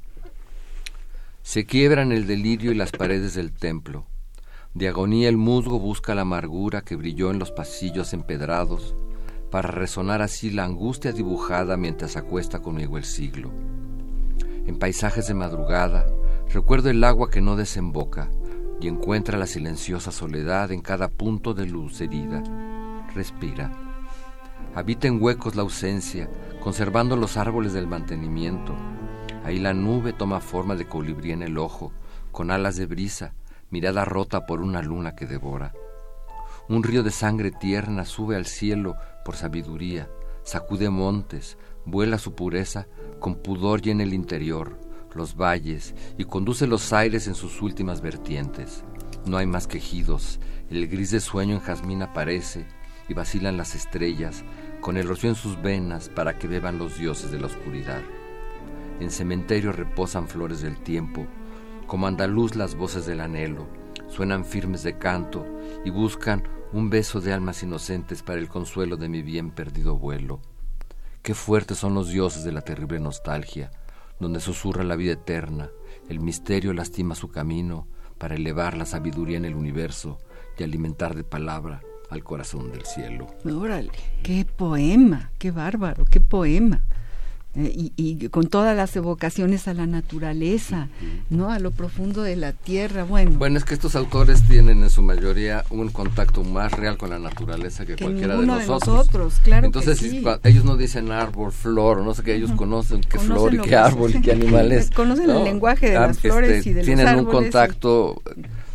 Se quiebran el delirio y las paredes del templo. De agonía el musgo busca la amargura que brilló en los pasillos empedrados, para resonar así la angustia dibujada mientras acuesta conmigo el siglo. En paisajes de madrugada, recuerdo el agua que no desemboca, y encuentra la silenciosa soledad en cada punto de luz herida. Respira. Habita en huecos la ausencia, conservando los árboles del mantenimiento. Ahí la nube toma forma de colibrí en el ojo, con alas de brisa, mirada rota por una luna que devora. Un río de sangre tierna sube al cielo por sabiduría, sacude montes, vuela su pureza, con pudor llena el interior, los valles, y conduce los aires en sus últimas vertientes. No hay más quejidos, el gris de sueño en jazmín aparece, y vacilan las estrellas, con el rocío en sus venas, para que beban los dioses de la oscuridad. En cementerio reposan flores del tiempo, como andaluz las voces del anhelo, suenan firmes de canto, y buscan un beso de almas inocentes para el consuelo de mi bien perdido vuelo. Qué fuertes son los dioses de la terrible nostalgia, donde susurra la vida eterna, el misterio lastima su camino para elevar la sabiduría en el universo y alimentar de palabra al corazón del cielo. Órale, qué poema, qué bárbaro, qué poema. Eh, y, y con todas las evocaciones a la naturaleza, ¿no? A lo profundo de la tierra, bueno. Bueno, es que estos autores tienen en su mayoría un contacto más real con la naturaleza que, que cualquiera de ninguno de nosotros. nosotros, claro. Entonces, que sí. si, cua- ellos no dicen árbol, flor, o no sé qué, ellos conocen qué Conocen flor y lo qué que- árbol y qué animales. Conocen el lenguaje de Ah, las flores y de los tienen un árboles, contacto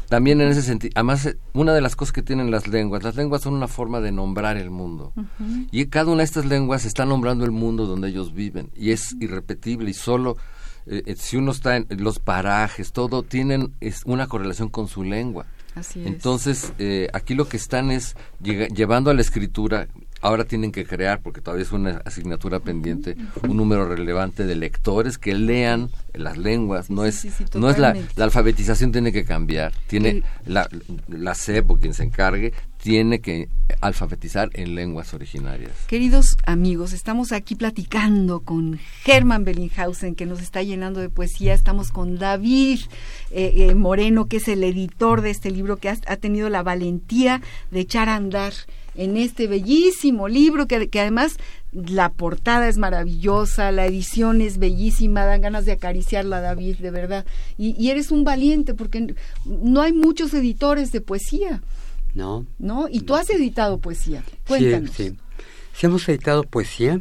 también en ese sentido, además, una de las cosas que tienen las lenguas, las lenguas son una forma de nombrar el mundo. Uh-huh. Y cada una de estas lenguas está nombrando el mundo donde ellos viven. Y es irrepetible y solo, eh, si uno está en los parajes, todo, tienen es una correlación con su lengua. Así es. Entonces, eh, aquí lo que están es llega, llevando a la escritura. Ahora tienen que crear, porque todavía es una asignatura pendiente, un número relevante de lectores que lean las lenguas. No es, sí, sí, sí, no es la, la alfabetización tiene que cambiar. Tiene El, la, la C E P o quien se encargue tiene que alfabetizar en lenguas originarias. Queridos amigos, estamos aquí platicando con Hermann Bellinghausen, que nos está llenando de poesía. Estamos con David eh, eh, Moreno, que es el editor de este libro, que ha, ha tenido la valentía de echar a andar en este bellísimo libro, que, que además la portada es maravillosa, la edición es bellísima, dan ganas de acariciarla, David, de verdad. Y, y eres un valiente, porque no hay muchos editores de poesía. No. ¿No? Y tú has editado poesía. Cuéntanos. Sí, sí. Sí hemos editado poesía.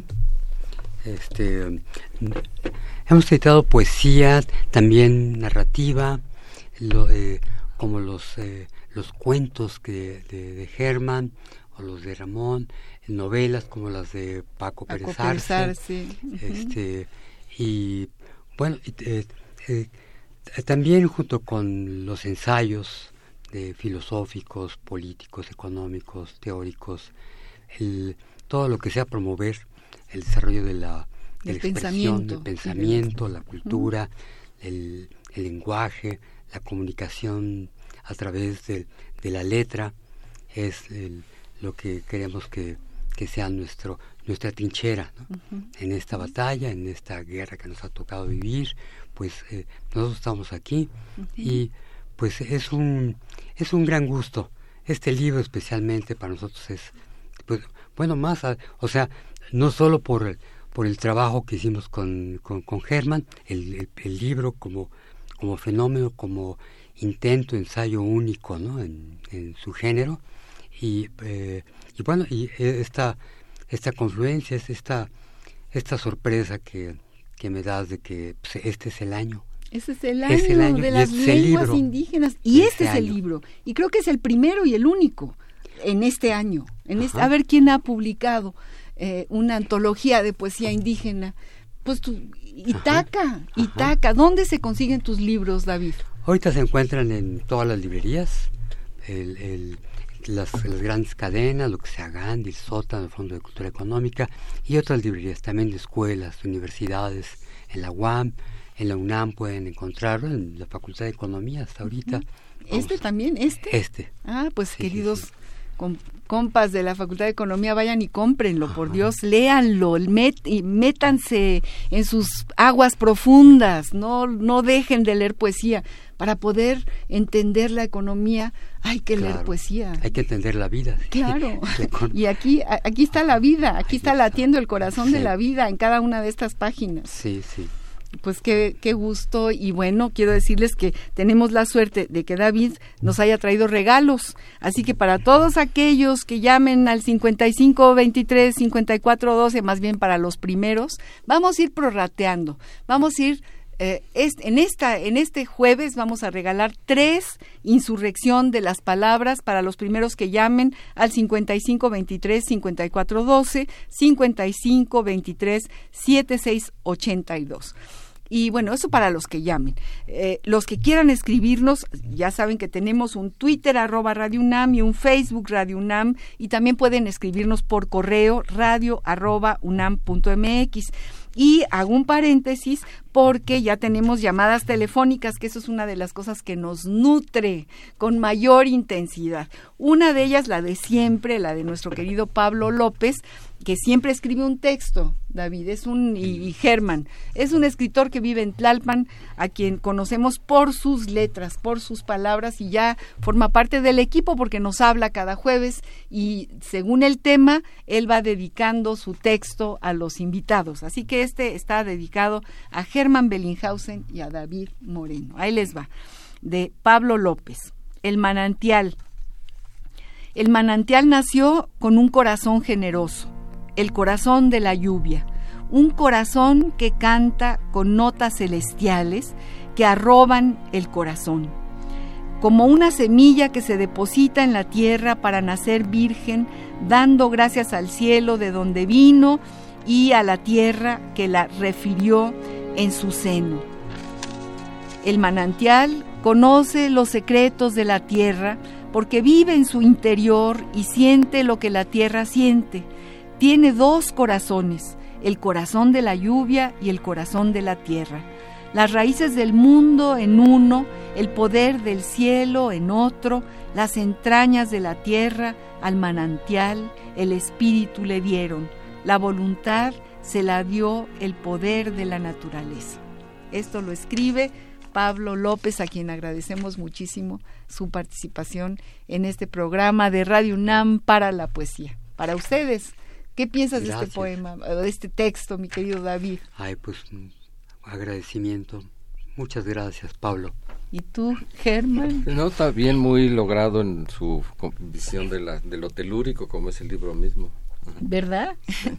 Este, hemos editado poesía, también narrativa, lo, eh, como los, eh, los cuentos que, de, de Hermann, o los de Ramón, novelas como las de Paco Pérez Arce, este, y bueno, eh, eh, también junto con los ensayos de filosóficos, políticos, económicos, teóricos, el, todo lo que sea promover el desarrollo de la, de la expresión, del pensamiento, la cultura, uh-huh. el, el lenguaje, la comunicación a través de, de la letra, es el lo que queremos que, que sea nuestro nuestra trinchera, ¿no? Uh-huh. En esta batalla, en esta guerra que nos ha tocado vivir, pues eh, nosotros estamos aquí uh-huh. y pues es un es un gran gusto. Este libro especialmente para nosotros es, pues bueno, más, a, o sea, no solo por por el trabajo que hicimos con con, con Hermann, el, el, el libro como como fenómeno, como intento, ensayo único, ¿no? En, en su género. Y, eh, y bueno, y esta esta confluencia, es esta esta sorpresa que, que me das de que pues, este es el año. Ese es el año, es el año de las lenguas indígenas. Y este es el año. libro. Y creo que es el primero y el único en este año. En este, a ver quién ha publicado eh, una antología de poesía indígena. Pues tu, Itaca, Ajá. Itaca. ¿Dónde se consiguen tus libros, David? Ahorita se encuentran en todas las librerías. El... el Las, las grandes cadenas, lo que sea Gandhi, el Sótano, el Fondo de Cultura Económica y otras librerías también de escuelas, de universidades, en la U A M, en la UNAM pueden encontrarlo, en la Facultad de Economía hasta ahorita. ¿Este Vamos, también? ¿Este? Este. Ah, pues sí, queridos sí, sí. Com, compas de la Facultad de Economía, vayan y cómprenlo, Ajá. por Dios, léanlo, met, y métanse en sus aguas profundas, no, no dejen de leer poesía. Para poder entender la economía hay que claro, leer poesía. Hay que entender la vida. Claro. Y aquí aquí está la vida, aquí, aquí está latiendo el corazón sí. de la vida en cada una de estas páginas. Sí, sí. Pues qué, qué gusto, y bueno, quiero decirles que tenemos la suerte de que David nos haya traído regalos, así que para todos aquellos que llamen al cincuenta y cinco veintitrés cincuenta y cuatro doce, más bien para los primeros, vamos a ir prorrateando, vamos a ir Eh, es, en esta en este jueves vamos a regalar tres Insurrección de las Palabras para los primeros que llamen al cincuenta y cinco veintitrés cincuenta y cuatro doce, cincuenta y cinco veintitrés setenta y seis ochenta y dos. Y bueno, eso para los que llamen. Eh, los que quieran escribirnos, ya saben que tenemos un Twitter, arroba Radio UNAM, y un Facebook, Radio UNAM, y también pueden escribirnos por correo, radio, arroba unam punto mx. Y hago un paréntesis porque ya tenemos llamadas telefónicas, que eso es una de las cosas que nos nutre con mayor intensidad. Una de ellas, la de siempre, la de nuestro querido Pablo López, que siempre escribe un texto, David, es un y, y Hermann, es un escritor que vive en Tlalpan, a quien conocemos por sus letras, por sus palabras, y ya forma parte del equipo porque nos habla cada jueves, y según el tema, él va dedicando su texto a los invitados. Así que este está dedicado a Hermann Bellinghausen y a David Moreno. Ahí les va, de Pablo López. El manantial. El manantial nació con un corazón generoso, el corazón de la lluvia, un corazón que canta con notas celestiales que arroban el corazón. como una semilla que se deposita en la tierra para nacer virgen, dando gracias al cielo de donde vino y a la tierra que la refirió en su seno. El manantial conoce los secretos de la tierra porque vive en su interior y siente lo que la tierra siente. Tiene dos corazones, el corazón de la lluvia y el corazón de la tierra. Las raíces del mundo en uno, el poder del cielo en otro, las entrañas de la tierra al manantial, el espíritu le dieron, la voluntad se la dio el poder de la naturaleza. Esto lo escribe Pablo López, a quien agradecemos muchísimo su participación en este programa de Radio UNAM para la poesía. Para ustedes, ¿qué piensas Gracias. de este poema, de este texto, mi querido David? Ay, pues agradecimiento. Muchas gracias, Pablo. ¿Y tú, Germán? No, está bien, muy logrado en su visión de, la, de lo telúrico, como es el libro mismo. ¿Verdad?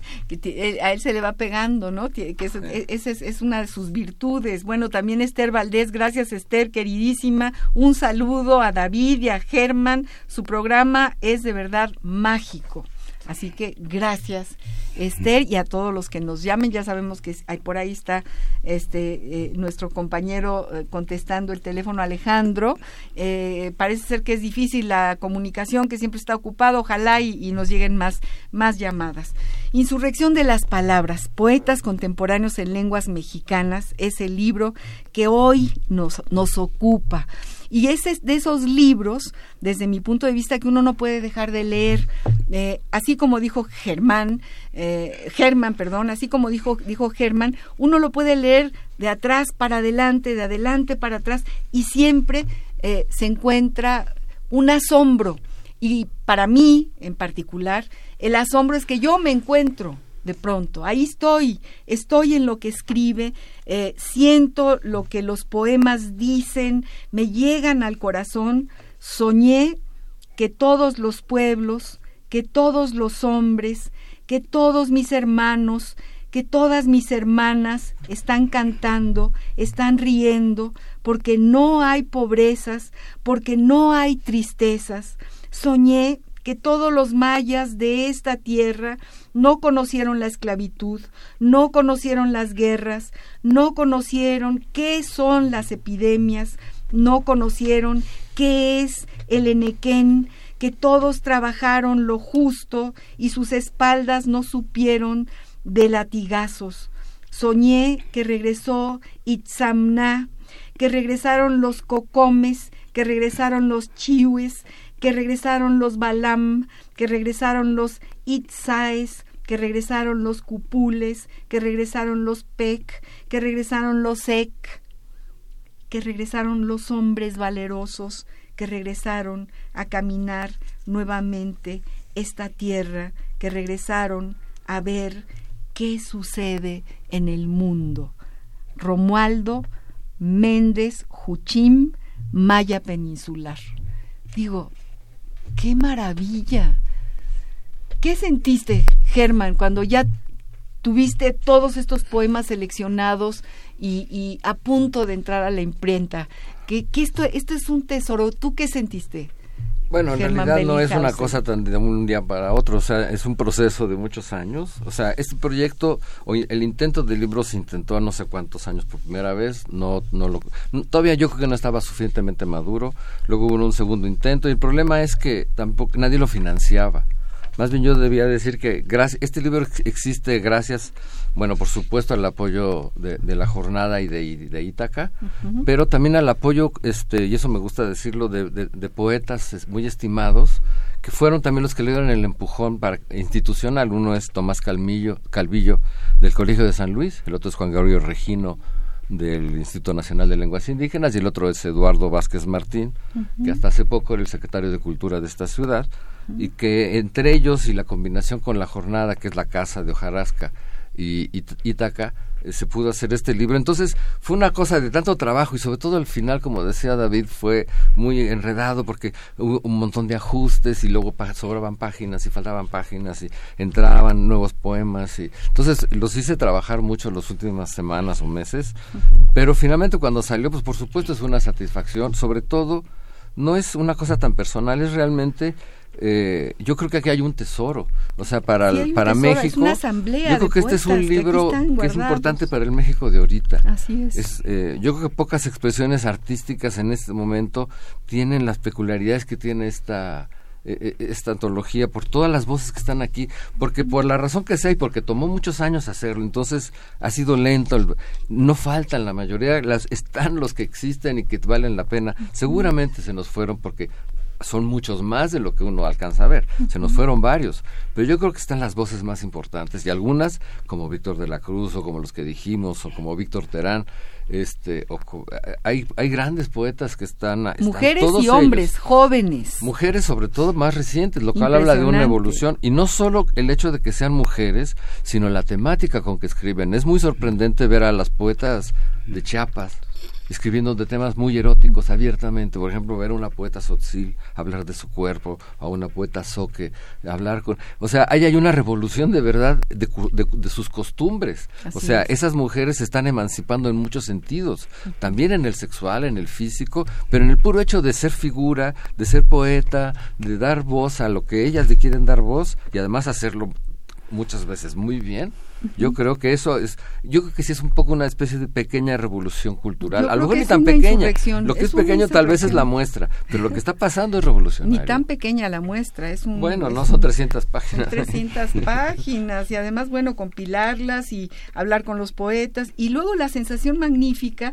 Que a él se le va pegando, ¿no? Que esa es, es, es una de sus virtudes. Bueno, también Esther Valdés, gracias Esther, queridísima. Un saludo a David y a Germán. Su programa es de verdad mágico. Así que gracias, Esther, y a todos los que nos llamen. Ya sabemos que hay, por ahí está este eh, nuestro compañero eh, contestando el teléfono, Alejandro. Eh, parece ser que es difícil la comunicación, que siempre está ocupado. Ojalá y, y nos lleguen más, más llamadas. Insurrección de las palabras, poetas contemporáneos en lenguas mexicanas, es el libro que hoy nos, nos ocupa. Y ese es de esos libros, desde mi punto de vista, que uno no puede dejar de leer, eh, así como dijo Germán, eh, Germán, perdón, así como dijo, dijo Germán, uno lo puede leer de atrás para adelante, de adelante para atrás, y siempre eh, se encuentra un asombro. Y para mí, en particular, el asombro es que yo me encuentro de pronto, ahí estoy, estoy en lo que escribe, eh, siento lo que los poemas dicen, me llegan al corazón. Soñé que todos los pueblos, que todos los hombres, que todos mis hermanos, que todas mis hermanas están cantando, están riendo, porque no hay pobrezas, porque no hay tristezas. Soñé que todos los mayas de esta tierra no conocieron la esclavitud, no conocieron las guerras, no conocieron qué son las epidemias, no conocieron qué es el enequén, que todos trabajaron lo justo y sus espaldas no supieron de latigazos. Soñé que regresó Itzamná, que regresaron los cocomes, que regresaron los chihues, que regresaron los Balam, que regresaron los Itzaes, que regresaron los Cupules, que regresaron los Pec, que regresaron los Ec, que regresaron los hombres valerosos, que regresaron a caminar nuevamente esta tierra, que regresaron a ver qué sucede en el mundo. Romualdo Méndez Juchim, Maya Peninsular. Digo, ¡qué maravilla! ¿Qué sentiste, Germán, cuando ya tuviste todos estos poemas seleccionados y, y a punto de entrar a la imprenta? Que, que esto, esto es un tesoro. ¿Tú qué sentiste? Bueno, en Germán realidad no es una Bellinghausen. cosa tan de un día para otro, o sea, es un proceso de muchos años. O sea, este proyecto, o el intento del libro se intentó a no sé cuántos años por primera vez, no, no lo, todavía yo creo que no estaba suficientemente maduro, luego hubo un segundo intento, y el problema es que tampoco nadie lo financiaba. Más bien yo debía decir que gracias, este libro existe gracias, bueno, por supuesto al apoyo de, de la jornada y de, de Ítaca, uh-huh. pero también al apoyo, este, y eso me gusta decirlo, de, de, de poetas muy estimados, que fueron también los que le dieron el empujón para institucional. Uno es Tomás Calvillo, Calvillo del Colegio de San Luis, el otro es Juan Gabriel Regino del Instituto Nacional de Lenguas Indígenas, y el otro es Eduardo Vázquez Martín, uh-huh. que hasta hace poco era el secretario de Cultura de esta ciudad, y que entre ellos y la combinación con la jornada, que es la casa de Hojarasca y Ítaca, eh, se pudo hacer este libro. Entonces fue una cosa de tanto trabajo, y sobre todo el final, como decía David, fue muy enredado porque hubo un montón de ajustes, y luego pa- sobraban páginas y faltaban páginas y entraban nuevos poemas, y entonces los hice trabajar mucho las últimas semanas o meses, pero finalmente cuando salió, pues por supuesto es una satisfacción, sobre todo no es una cosa tan personal, es realmente... Eh, yo creo que aquí hay un tesoro, o sea, para, sí, para tesoro, México, es una asamblea yo creo de que este es un libro que, que es importante para el México de ahorita. Así es. es eh, yo creo que pocas expresiones artísticas en este momento tienen las peculiaridades que tiene esta... esta antología, por todas las voces que están aquí, porque por la razón que sea y porque tomó muchos años hacerlo, entonces ha sido lento, no faltan la mayoría, las, están los que existen y que valen la pena, seguramente se nos fueron porque son muchos más de lo que uno alcanza a ver, se nos fueron varios, pero yo creo que están las voces más importantes y algunas, como Víctor de la Cruz o como los que dijimos o como Víctor Terán, este o, hay hay grandes poetas que están, están mujeres todos y hombres ellos, jóvenes, mujeres sobre todo más recientes, lo cual habla de una evolución, y no solo el hecho de que sean mujeres, sino la temática con que escriben. Es muy sorprendente ver a las poetas de Chiapas escribiendo de temas muy eróticos abiertamente, por ejemplo, ver a una poeta Tzotzil hablar de su cuerpo, a una poeta Zoque hablar con... O sea, ahí hay una revolución de verdad de, de, de sus costumbres. Así o sea, es. Esas mujeres se están emancipando en muchos sentidos, también en el sexual, en el físico, pero en el puro hecho de ser figura, de ser poeta, de dar voz a lo que ellas le quieren dar voz y además hacerlo muchas veces muy bien. Yo creo que eso es, yo creo que sí es un poco una especie de pequeña revolución cultural, a lo mejor ni tan pequeña, lo que es, es pequeño tal vez es la muestra, pero lo que está pasando es revolucionario. Ni tan pequeña la muestra, es un... Bueno, es no son un, trescientas páginas. Son trescientas páginas y además, bueno, compilarlas y hablar con los poetas y luego la sensación magnífica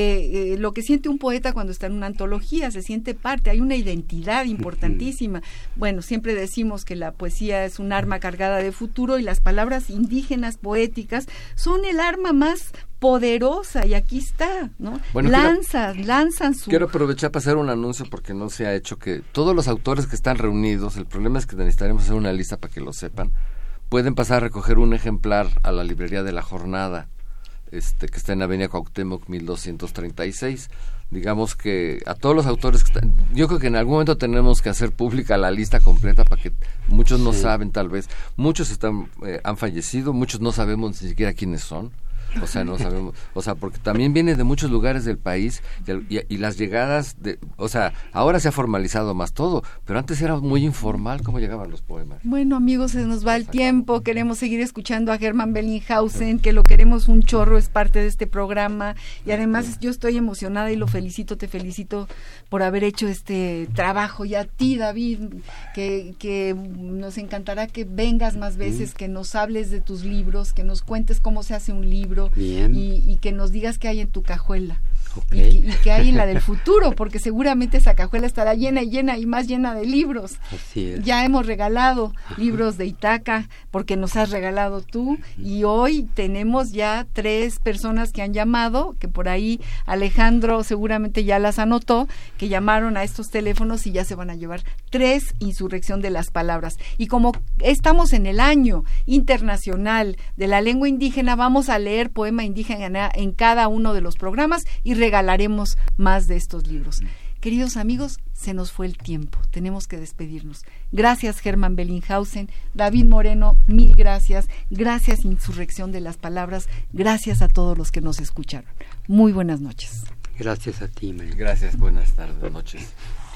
de eh, lo que siente un poeta cuando está en una antología, se siente parte, hay una identidad importantísima. Bueno, siempre decimos que la poesía es un arma cargada de futuro y las palabras indígenas poéticas son el arma más poderosa y aquí está, ¿no? Bueno, lanzan, quiero, lanzan su... Quiero aprovechar para hacer un anuncio porque no se ha hecho que todos los autores que están reunidos, el problema es que necesitaremos hacer una lista para que lo sepan, pueden pasar a recoger un ejemplar a la librería de La Jornada, este que está en Avenida Cuauhtémoc mil doscientos treinta y seis. Digamos que a todos los autores que están, yo creo que en algún momento tenemos que hacer pública la lista completa para que muchos no sí. saben tal vez, muchos están eh, han fallecido, muchos no sabemos ni siquiera quiénes son. O sea, no sabemos, o sea, porque también viene de muchos lugares del país y, y, y las llegadas de, o sea, ahora se ha formalizado más todo, pero antes era muy informal cómo llegaban los poemas. Bueno, amigos, se nos va el tiempo, queremos seguir escuchando a Hermann Bellinghausen, que lo queremos un chorro, es parte de este programa y además yo estoy emocionada y lo felicito, te felicito por haber hecho este trabajo y a ti, David, que, que nos encantará que vengas más veces, que nos hables de tus libros, que nos cuentes cómo se hace un libro. Bien. Y, y que nos digas qué hay en tu cajuela. Okay. Y, que, y que hay en la del futuro, porque seguramente esa cajuela estará llena y llena y más llena de libros. Así es. Ya hemos regalado libros de Itaca, porque nos has regalado tú, y hoy tenemos ya tres personas que han llamado, que por ahí Alejandro seguramente ya las anotó, que llamaron a estos teléfonos y ya se van a llevar tres Insurrección de las Palabras. Y como estamos en el año internacional de la lengua indígena, vamos a leer poema indígena en cada uno de los programas y regalaremos más de estos libros. Queridos amigos, se nos fue el tiempo, tenemos que despedirnos. Gracias, Hermann Bellinghausen. David Moreno, mil gracias. Gracias, Insurrección de las Palabras. Gracias a todos los que nos escucharon. Muy buenas noches. Gracias a ti, María. Gracias, buenas tardes, noches.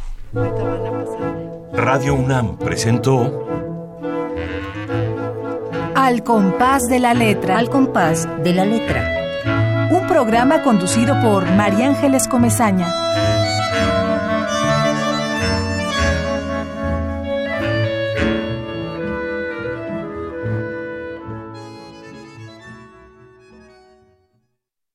Radio UNAM presentó Al compás de la letra. Al compás de la letra. Un programa conducido por María Ángeles Comesaña.